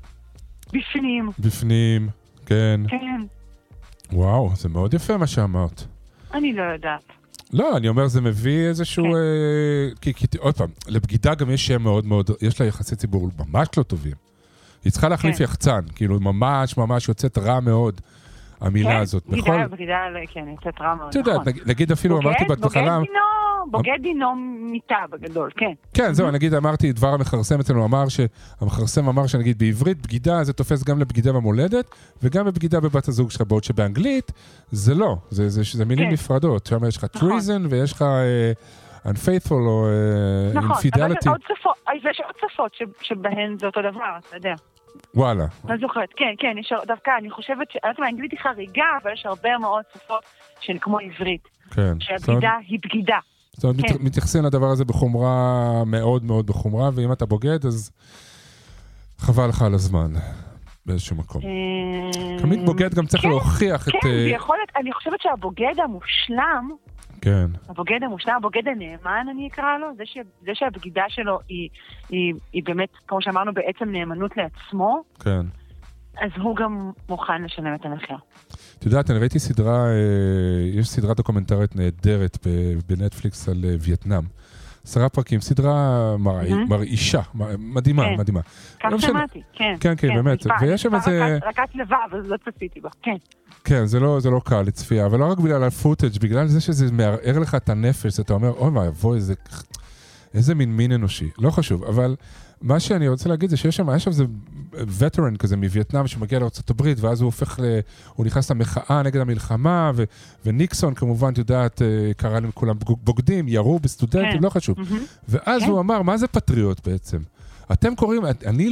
בפנים, כן. כן. וואו, זה מאוד יפה מה שאמרת. אני לא יודעת. לא, אני אומר, זה מביא איזשהו... כן. כי עוד פעם, לבגידה גם יש שם מאוד מאוד... יש לה יחסי ציבור ממש לא טובים. היא צריכה להחליף יחצן. כאילו, ממש ממש יוצאת רע מאוד. המילה הזאת, נכון? בגידה, כן, יוצאת רע מאוד, נכון. אתה יודע, נגיד אפילו אמרתי בהתחלה... בוגד דינו מיטה בגדול, כן. כן, זהו, נגיד אמרתי, דבר המחרסם אצלנו אמר המחרסם אמר שנגיד בעברית בגידה זה תופס גם לבגידה במולדת, וגם בבגידה בבת הזוג שלך, בעוד שבאנגלית זה לא, זה מילים נפרדות, שם יש לך treason ויש לך unfaithful או infidelity. נכון, אבל יש עוד שפות שבהן זה אותו דבר, אתה יודע. וואלה. אני זוכרת, כן, יש דווקא, אני חושבת שהאנגלית היא חריגה, אבל יש הרבה מאוד שפות שהן כמו עברית. כן. שהבגידה היא בגידה. זאת אומרת, מתייחסים לדבר הזה בחומרה, מאוד מאוד בחומרה, ואם אתה בוגד, אז חבל לך על הזמן, באיזשהו מקום. תמיד בוגד גם צריך להוכיח את... כן, אני חושבת שהבוגד המושלם, כן. הבוגד המושלם, הבוגד הנאמן, אני אקרא לו, זה שהבגידה שלו היא באמת, כמו שאמרנו, בעצם נאמנות לעצמו, כן. אז הוא גם מוכן לשלם את המחיר. את יודעת, אני ראיתי סדרה, יש סדרה דוקומנטרית נהדרת בנטפליקס על וייטנאם. 10 פרקים, סדרה מרעישה, מדהימה, מדהימה. כך שמעתי, כן. כן, באמת. ויש שם איזה... רקת לבב, אז לא צפיתי בה, כן. כן, זה לא קל לצפייה, אבל לא רק בגלל הפוטאג', בגלל זה שזה מערער לך את הנפש, אתה אומר, אוי מה, יבוא איזה מין אנושי, לא חשוב, אבל מה שאני רוצה להגיד זה שיש שם איזה וטרן כזה מווייטנאם שמגיע לארצות הברית, ואז הוא נכנס למחאה נגד המלחמה, וניקסון כמובן, את יודעת, קרא להם כולם בוגדים, ירו בסטודנטים, לא חשוב. ואז הוא אמר, מה זה פטריוט בעצם? אתם קוראים, אני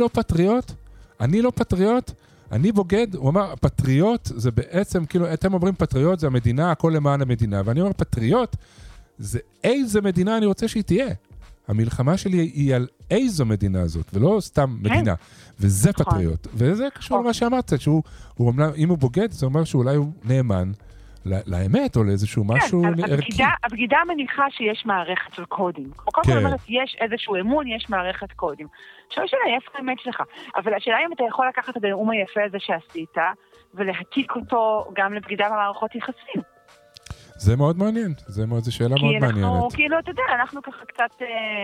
לא פטריוט, אני בוגד, הוא אמר, פטריוט זה בעצם, כאילו, אתם אומרים פטריוט זה המדינה, הכל למען המדינה, ואני אומר, פטריוט זה איזה מדינה אני רוצה שהיא תהיה. המלחמה שלי היא על איזו מדינה הזאת, ולא סתם מדינה. וזה פטריוט. וזה קשור למה שאמרת, אם הוא בוגד, זה אומר שאולי הוא נאמן לאמת, או לאיזשהו משהו ערכי. הבגידה מניחה שיש מערכת של קודים. כל פעם אומרת, יש איזשהו אמון, יש מערכת קודים. עכשיו השאלה, איפה האמת שלך? אבל השאלה אם אתה יכול לקחת את הנאום היפה הזה שעשית, ולהעתיק אותו גם לבגידה במערכות יחסים. זה מאוד מעניין, זו שאלה מאוד מעניינת. כאילו, אתה יודע, אנחנו ככה קצת,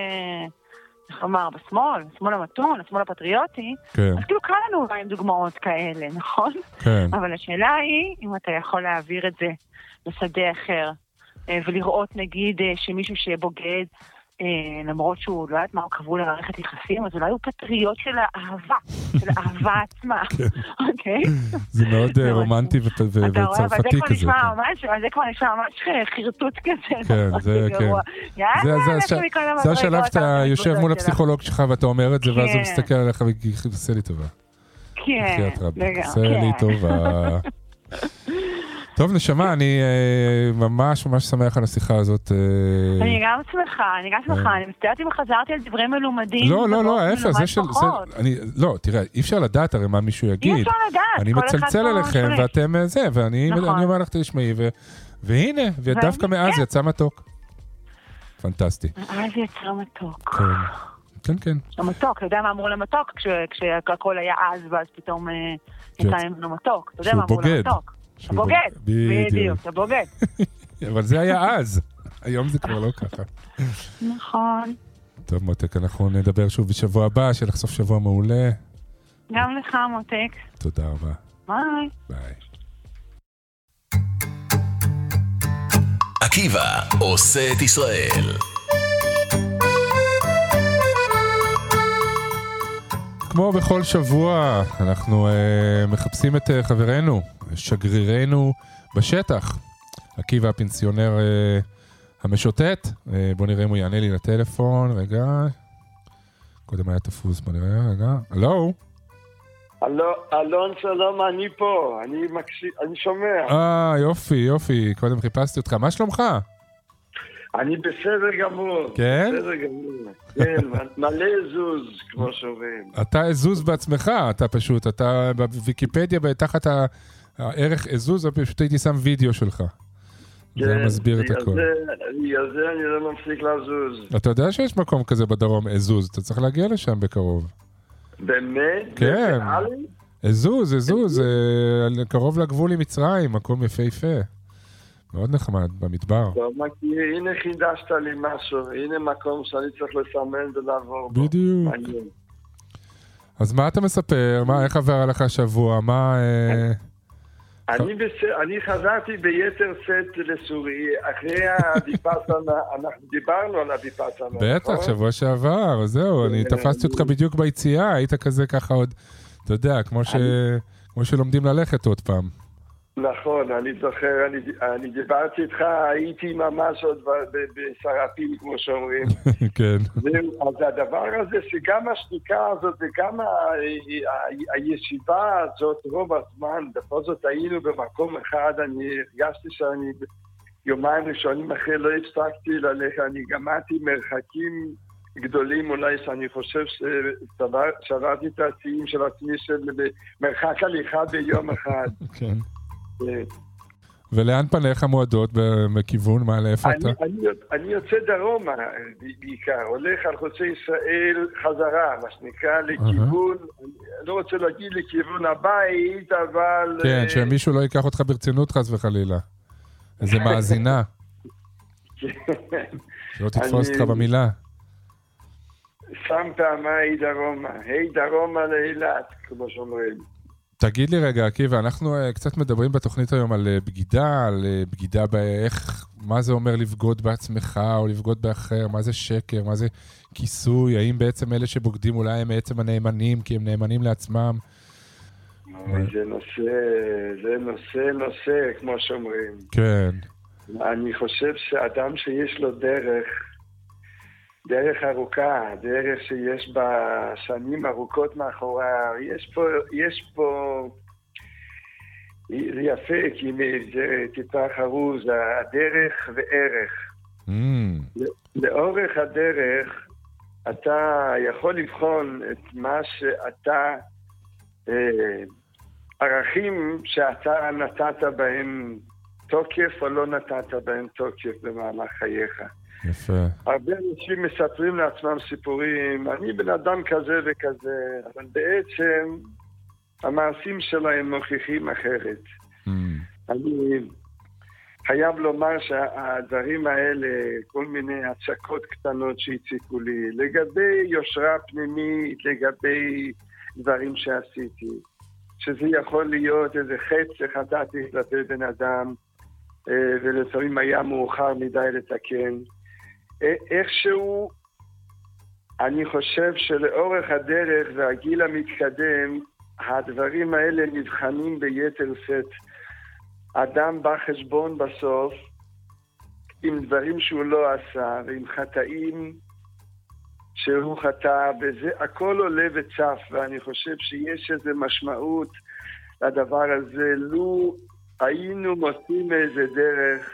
איך לומר, בשמאל המתון, השמאל הפטריוטי, אז כאילו קל לנו עם דוגמאות כאלה, נכון? כן. אבל השאלה היא, אם אתה יכול להעביר את זה לשדה אחר, ולראות נגיד שמישהו שבוגד, למרות שהוא לא יודעת מה הוא קבול למערכת יחסים, אז אולי הוא פטריוט של האהבה, של האהבה עצמה. אוקיי? זה מאוד רומנטי וצרפתי כזה. זה כבר נשמע ממש חרטוט כזה. כן, זה כן. זה השלב שאתה יושב מול הפסיכולוג שלך ואתה אומר את זה, ואז הוא מסתכל עליך ועושה לי טובה. כן, לגמרי. עושה לי טובה. טוב, נשמה, אני ממש שמח על השיחה הזאת. אני גם שמחה, אני מצטערת אם חזרתי על דברים מלומדים. לא, ההפך, זה של... לא, תראה, אי אפשר לדעת הרי מה מישהו יגיד. אי אפשר לדעת. אני מצלצל אליכם ואתם זה, ואני אומר לך תשמעי, והנה, ודווקא מאז יצא מתוק. פנטסטי. אז יצא מתוק. כן. המתוק, אתה יודע מה אמרו למתוק? כשהכל היה אז, ואז פתאום יצא ממנו מתוק. אתה יודע מה אמרו למתוק? אתה בוגד, בדיוק, אתה בוגד. אבל זה היה אז, היום זה כבר לא ככה. נכון. טוב מותק, אנחנו נדבר שוב בשבוע הבא, שיהיה לך סוף שבוע מעולה. גם לך מותק. תודה רבה. ביי. עקיבא עושה את ישראל. כמו בכל שבוע, אנחנו מחפשים את חברנו, שגרירנו בשטח. עקיבא הפנסיונר המשוטט. בוא נראה אם הוא יענה לי לטלפון. רגע. קודם היה תפוס, בוא נראה. רגע. הלו? אלון, שלום, אני פה. אני שומע. יופי. קודם חיפשתי אותך. מה שלומך? אני בסדר גמור. כן? בסדר גמור. כן, מלא זוז, כמו שאומרים. אתה אזוז בעצמך, אתה בוויקיפדיה, תחת הערך אזוז, פשוט הייתי שם וידאו שלך. זה מסביר את הכל. בגלל זה אני לא מפסיק לזוז. אתה יודע שיש מקום כזה בדרום, אזוז, אתה צריך להגיע לשם בקרוב. באמת? כן. אזוז, קרוב לגבול עם מצרים, מקום יפה. מאוד נחמד, במדבר. הנה חידשת לי משהו, הנה מקום שאני צריך לסמן ולעבור בו. בדיוק. אז מה אתה מספר? איך עבר עליך השבוע? אני חזרתי ביתר סט לסורי, אחרי הדיפסנה, אנחנו דיברנו על הדיפסנה. בטח, שבוע שעבר, זהו, אני תפסתי אותך בדיוק ביציאה, היית כזה ככה עוד, אתה יודע, כמו שלומדים ללכת עוד פעם. נכון, אני זוכר, אני דיברתי איתך, הייתי ממש עוד בסרטים, כמו שאומרים. כן. אז הדבר הזה, שגם השתיקה הזאת וגם הישיבה הזאת, רוב הזמן, בכל זאת היינו במקום אחד, אני הרגשתי שאני יומיים ראשונים אחרי לא הפסקתי ללכת, אני גמרתי מרחקים גדולים אולי שאני חושב ששברתי את השיאים של עצמי של מרחק הליכה ביום אחד. כן. ולאן פניך מועדות בכיוון? מה, לאיפה אתה? אני יוצא דרומה בעיקר, הולך על חוצי ישראל חזרה, מה שנקרא, לכיוון, אני לא רוצה להגיד לכיוון הבית, אבל... כן, שמישהו לא ייקח אותך ברצינות חס וחלילה. איזה מאזינה. שלא תתפוס אותך במילה. שם פעמי דרומה, דרומה לאילת, כמו שאומרים. תגיד לי רגע, עקיבא, אנחנו קצת מדברים בתוכנית היום על בגידה באיך, מה זה אומר לבגוד בעצמך או לבגוד באחר, מה זה שקר, מה זה כיסוי, האם בעצם אלה שבוגדים אולי הם בעצם הנאמנים, כי הם נאמנים לעצמם? זה נושא, כמו שאומרים. כן. אני חושב שאדם שיש לו דרך ארוכה, דרך שיש בה שנים ארוכות מאחוריו, יש פה, זה יפה, כי זה טיפה חרוז, הדרך וערך. לאורך הדרך, אתה יכול לבחון את מה שאתה, ערכים שאתה נתת בהם תוקף או לא נתת בהם תוקף במהלך חייך. יפה. הרבה אנשים מספרים לעצמם סיפורים, אני בן אדם כזה וכזה, אבל בעצם המעשים שלהם מוכיחים אחרת. אני חייב לומר שהדברים האלה, כל מיני הצקות קטנות שהציקו לי, לגבי יושרה פנימית, לגבי דברים שעשיתי, שזה יכול להיות איזה חץ שחטאתי כלפי בן אדם, ולפעמים היה מאוחר מדי לתקן. איכשהו, אני חושב שלאורך הדרך והגיל המתקדם, הדברים האלה נבחנים ביתר שאת. אדם בא חשבון בסוף עם דברים שהוא לא עשה, ועם חטאים שהוא חטא, וזה הכל עולה וצף, ואני חושב שיש איזו משמעות לדבר הזה. לו היינו מוצאים איזה דרך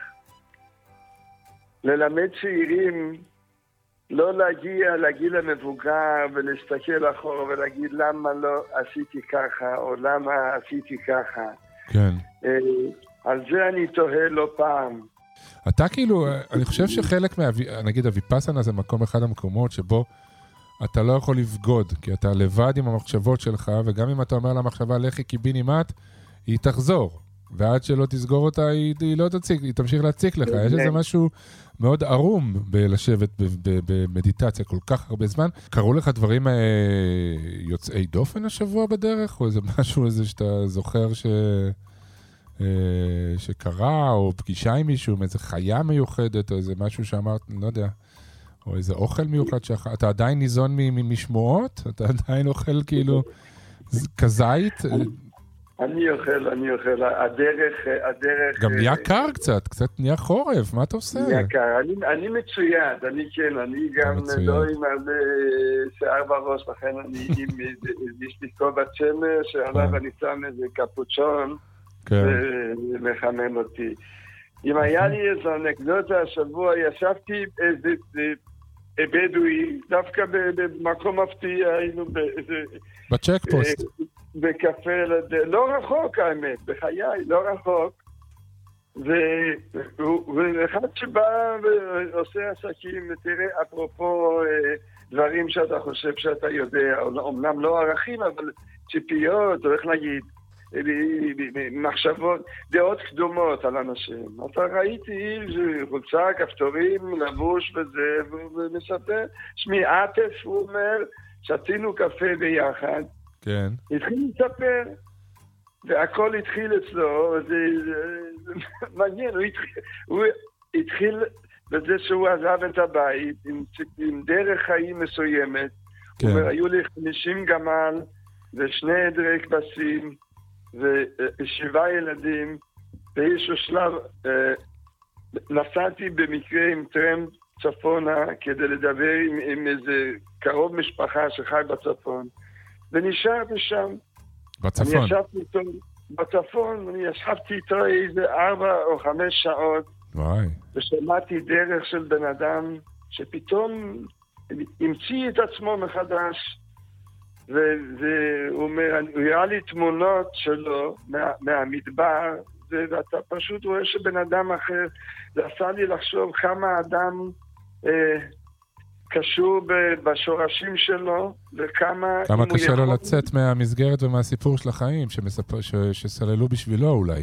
ללמד צעירים לא להגיע לגיל המבוגר ולהסתכל אחורה ולהגיד למה לא עשיתי ככה או למה עשיתי ככה. כן. על זה אני תוהה לא פעם. אתה כאילו, אני חושב שחלק נגיד הוויפאסנה זה מקום אחד המקומות שבו אתה לא יכול לבגוד, כי אתה לבד עם המחשבות שלך, וגם אם אתה אומר למחשבה לכי קיבינימט, היא תחזור. ועד שלא תסגור אותה, היא לא תציק, היא תמשיך להציק לך. יש איזה משהו מאוד ערום בלשבת במדיטציה כל כך הרבה זמן. קראו לך דברים יוצאי דופן השבוע בדרך? או איזה משהו איזה שאתה זוכר שקרה, או פגישה עם מישהו, איזה חיה מיוחדת, או איזה משהו שאמרת, לא יודע, או איזה אוכל מיוחד אתה עדיין ניזון משמועות? אתה עדיין אוכל כאילו כזית? אני אוכל, הדרך... גם נהיה קר קצת נהיה חורף, מה אתה עושה? נהיה קר, אני מצויד, אני גם לא עם הרבה שיער בראש, לכן אני יש לי כובע שמש, שעליו אני שם איזה קפוצ'ון, ומחמם אותי. אם היה לי איזו אנקדוטה השבוע, ישבתי איזה בדואי, דווקא במקום מפתיע, היינו באיזה... בצ'קפוסט. בקפה, לא רחוק האמת, בחיי, לא רחוק. ואחד שבא ועושה עסקים, תראה, אפרופו דברים שאתה חושב שאתה יודע, אומנם לא ערכים, אבל ציפיות, או איך נגיד, מחשבות, דעות קדומות על אנשים. אתה ראיתי חולצה, כפתורים, לבוש וזה, ומספר, שמי עטף, הוא אומר, שתינו קפה ביחד, כן. התחיל לספר, והכל התחיל אצלו, זה מעניין, הוא התחיל בזה שהוא עזב את הבית, עם דרך חיים מסוימת, כן. הוא אומר, היו לי 50 גמל, ו2 עדרי כבשים, ו7 ילדים, באיזשהו שלב נסעתי במקרה עם טרמפ צפונה, כדי לדבר עם איזה קרוב משפחה שחי בצפון, ונשארתי שם. בצפון? אני ישבתי איתו בצפון, אני ישבתי איתו איזה 4 או 5 שעות. וואי. ושמעתי דרך של בן אדם שפתאום המציא את עצמו מחדש. והוא אומר, הוא הראה לי תמונות שלו מהמדבר, ואתה פשוט רואה שבן אדם אחר, זה עשה לי לחשוב כמה אדם קשור בשורשים שלו, וכמה... כמה קשה לו לצאת מהמסגרת ומהסיפור של החיים, שסללו בשבילו אולי.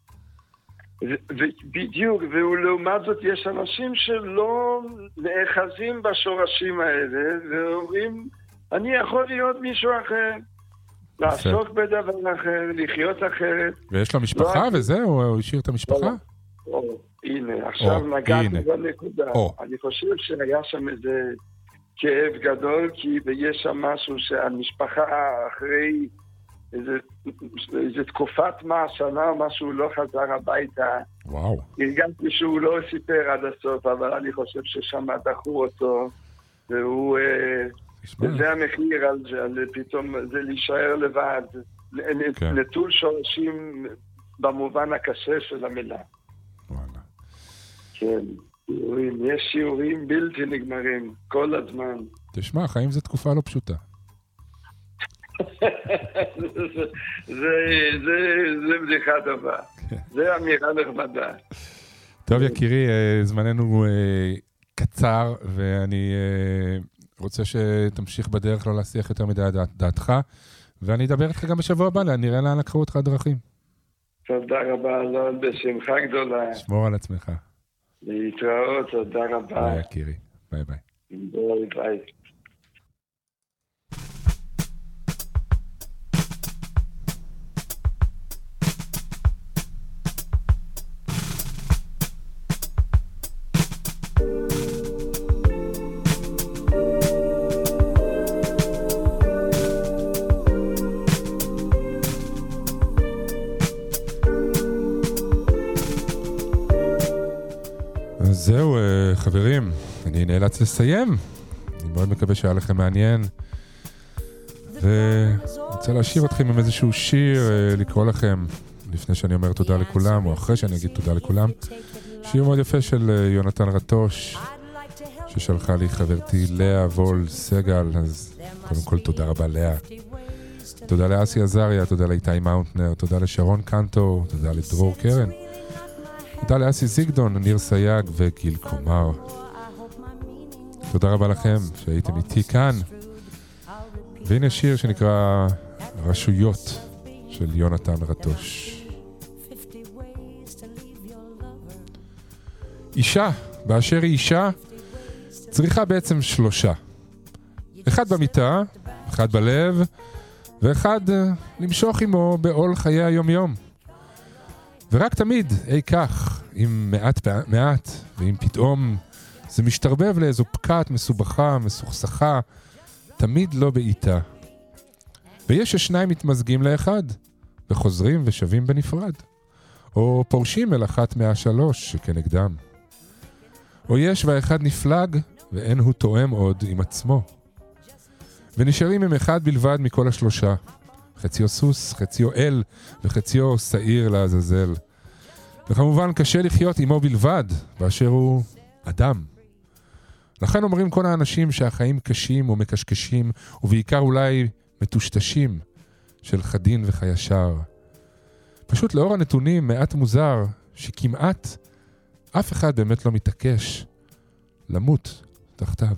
בדיוק, ולעומת זאת יש אנשים שלא נאחזים בשורשים האלה, ואומרים, אני יכול להיות מישהו אחר, לעסוק בדבר אחר, לחיות אחרת. ויש לו משפחה וזהו, הוא השאיר את המשפחה? הנה, עכשיו נגעתי בנקודה. אני חושב שהיה שם איזה כאב גדול, כי יש שם משהו שהמשפחה אחרי איזה תקופת שנה או משהו לא חזר הביתה. וואו. הרגעתי שהוא לא סיפר עד הסוף, אבל אני חושב ששם דחו אותו, והוא... וזה המחיר על פתאום, זה להישאר לבד, נטול שורשים במובן הקשה של המילה. וואלה. כן, יש שיעורים בלתי נגמרים, כל הזמן. תשמע, חיים זה תקופה לא פשוטה. זה בדיחה טובה. זה אמירה נחמדה. טוב יקירי, זמננו קצר, ואני רוצה שתמשיך בדרך לא להסיח יותר מדי דעתך, ואני אדבר איתך גם בשבוע הבא, נראה לאן לקחו אותך הדרכים. תודה רבה, אלון, בשמחה גדולה. שמור על עצמך. להתראות, תודה רבה. ביי יקירי, ביי ביי. ביי ביי. זהו, חברים, אני נאלץ לסיים. אני מאוד מקווה שהיה לכם מעניין. ורוצה להשאיר אתכם עם איזשהו שיר, לקרוא לכם, לפני שאני אומר תודה לכולם, או אחרי שאני אגיד תודה לכולם. שיר מאוד יפה של יונתן רטוש, ששלחה לי חברתי לאה וול סגל, אז קודם כל תודה רבה לאה. תודה לאסי עזריה, תודה לאיתי מאונטנר, תודה לשרון קנטור, תודה לדרור קרן. תודה לאסי זיגדון, ניר סייג וגיל קומר. תודה רבה לכם שהייתם איתי כאן. והנה שיר שנקרא רשויות של יונתן רטוש. אישה, באשר היא אישה, צריכה בעצם 3. אחד במיטה, אחד בלב, ואחד למשוך עמו בעול חיי היום-יום. ורק תמיד, אי כך, אם מעט, ואם פתאום זה משתרבב לאיזו פקעת מסובכה, מסוכסכה, תמיד לא בעיטה. ויש ששניים מתמזגים לאחד, וחוזרים ושווים בנפרד. או פורשים אל אחת מהשלוש שכנגדם. או יש והאחד נפלג, ואין הוא תואם עוד עם עצמו. ונשארים עם אחד בלבד מכל 3. חציו סוס, חציו אל, וחציו שעיר לעזאזל. וכמובן קשה לחיות עמו בלבד, באשר הוא אדם. לכן אומרים כל האנשים שהחיים קשים ומקשקשים, ובעיקר אולי מטושטשים, של חדין וחיישר. פשוט לאור הנתונים מעט מוזר, שכמעט אף אחד באמת לא מתעקש למות תחתיו.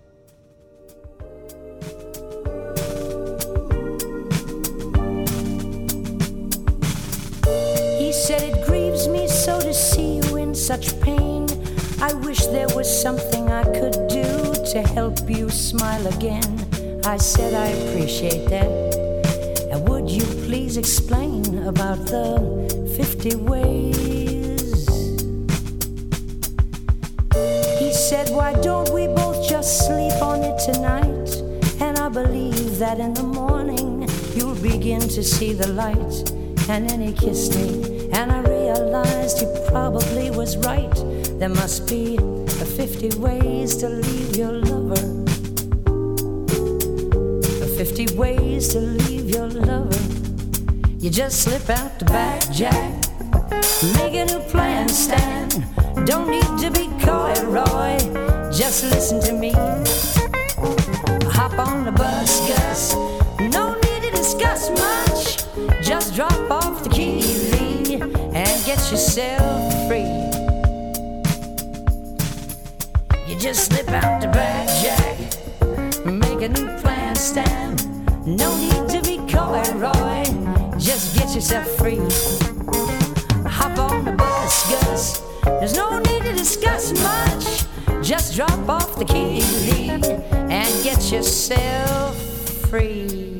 Said it grieves me so to see you in such pain. I wish there was something I could do to help you smile again. I said I appreciate that. And would you please explain about the 50 ways? He said, why don't we both just sleep on it tonight? And I believe that in the morning you'll begin to see the light. And then he kissed me. And I realized he probably was right. There must be 50 ways to leave your lover. 50 ways to leave your lover. You just slip out the back, Jack. Make a new plan, Stan. Don't need to be coy, Roy. Just listen to me. Hop on the bus, Gus. No need to discuss much. Just drop off the key, Lee, and yourself free. You just slip out the back, Jack, make a new plan, Stan. No need to be coy, Roy, just get yourself free. Hop on the bus, Gus, there's no need to discuss much. Just drop off the key and get yourself free.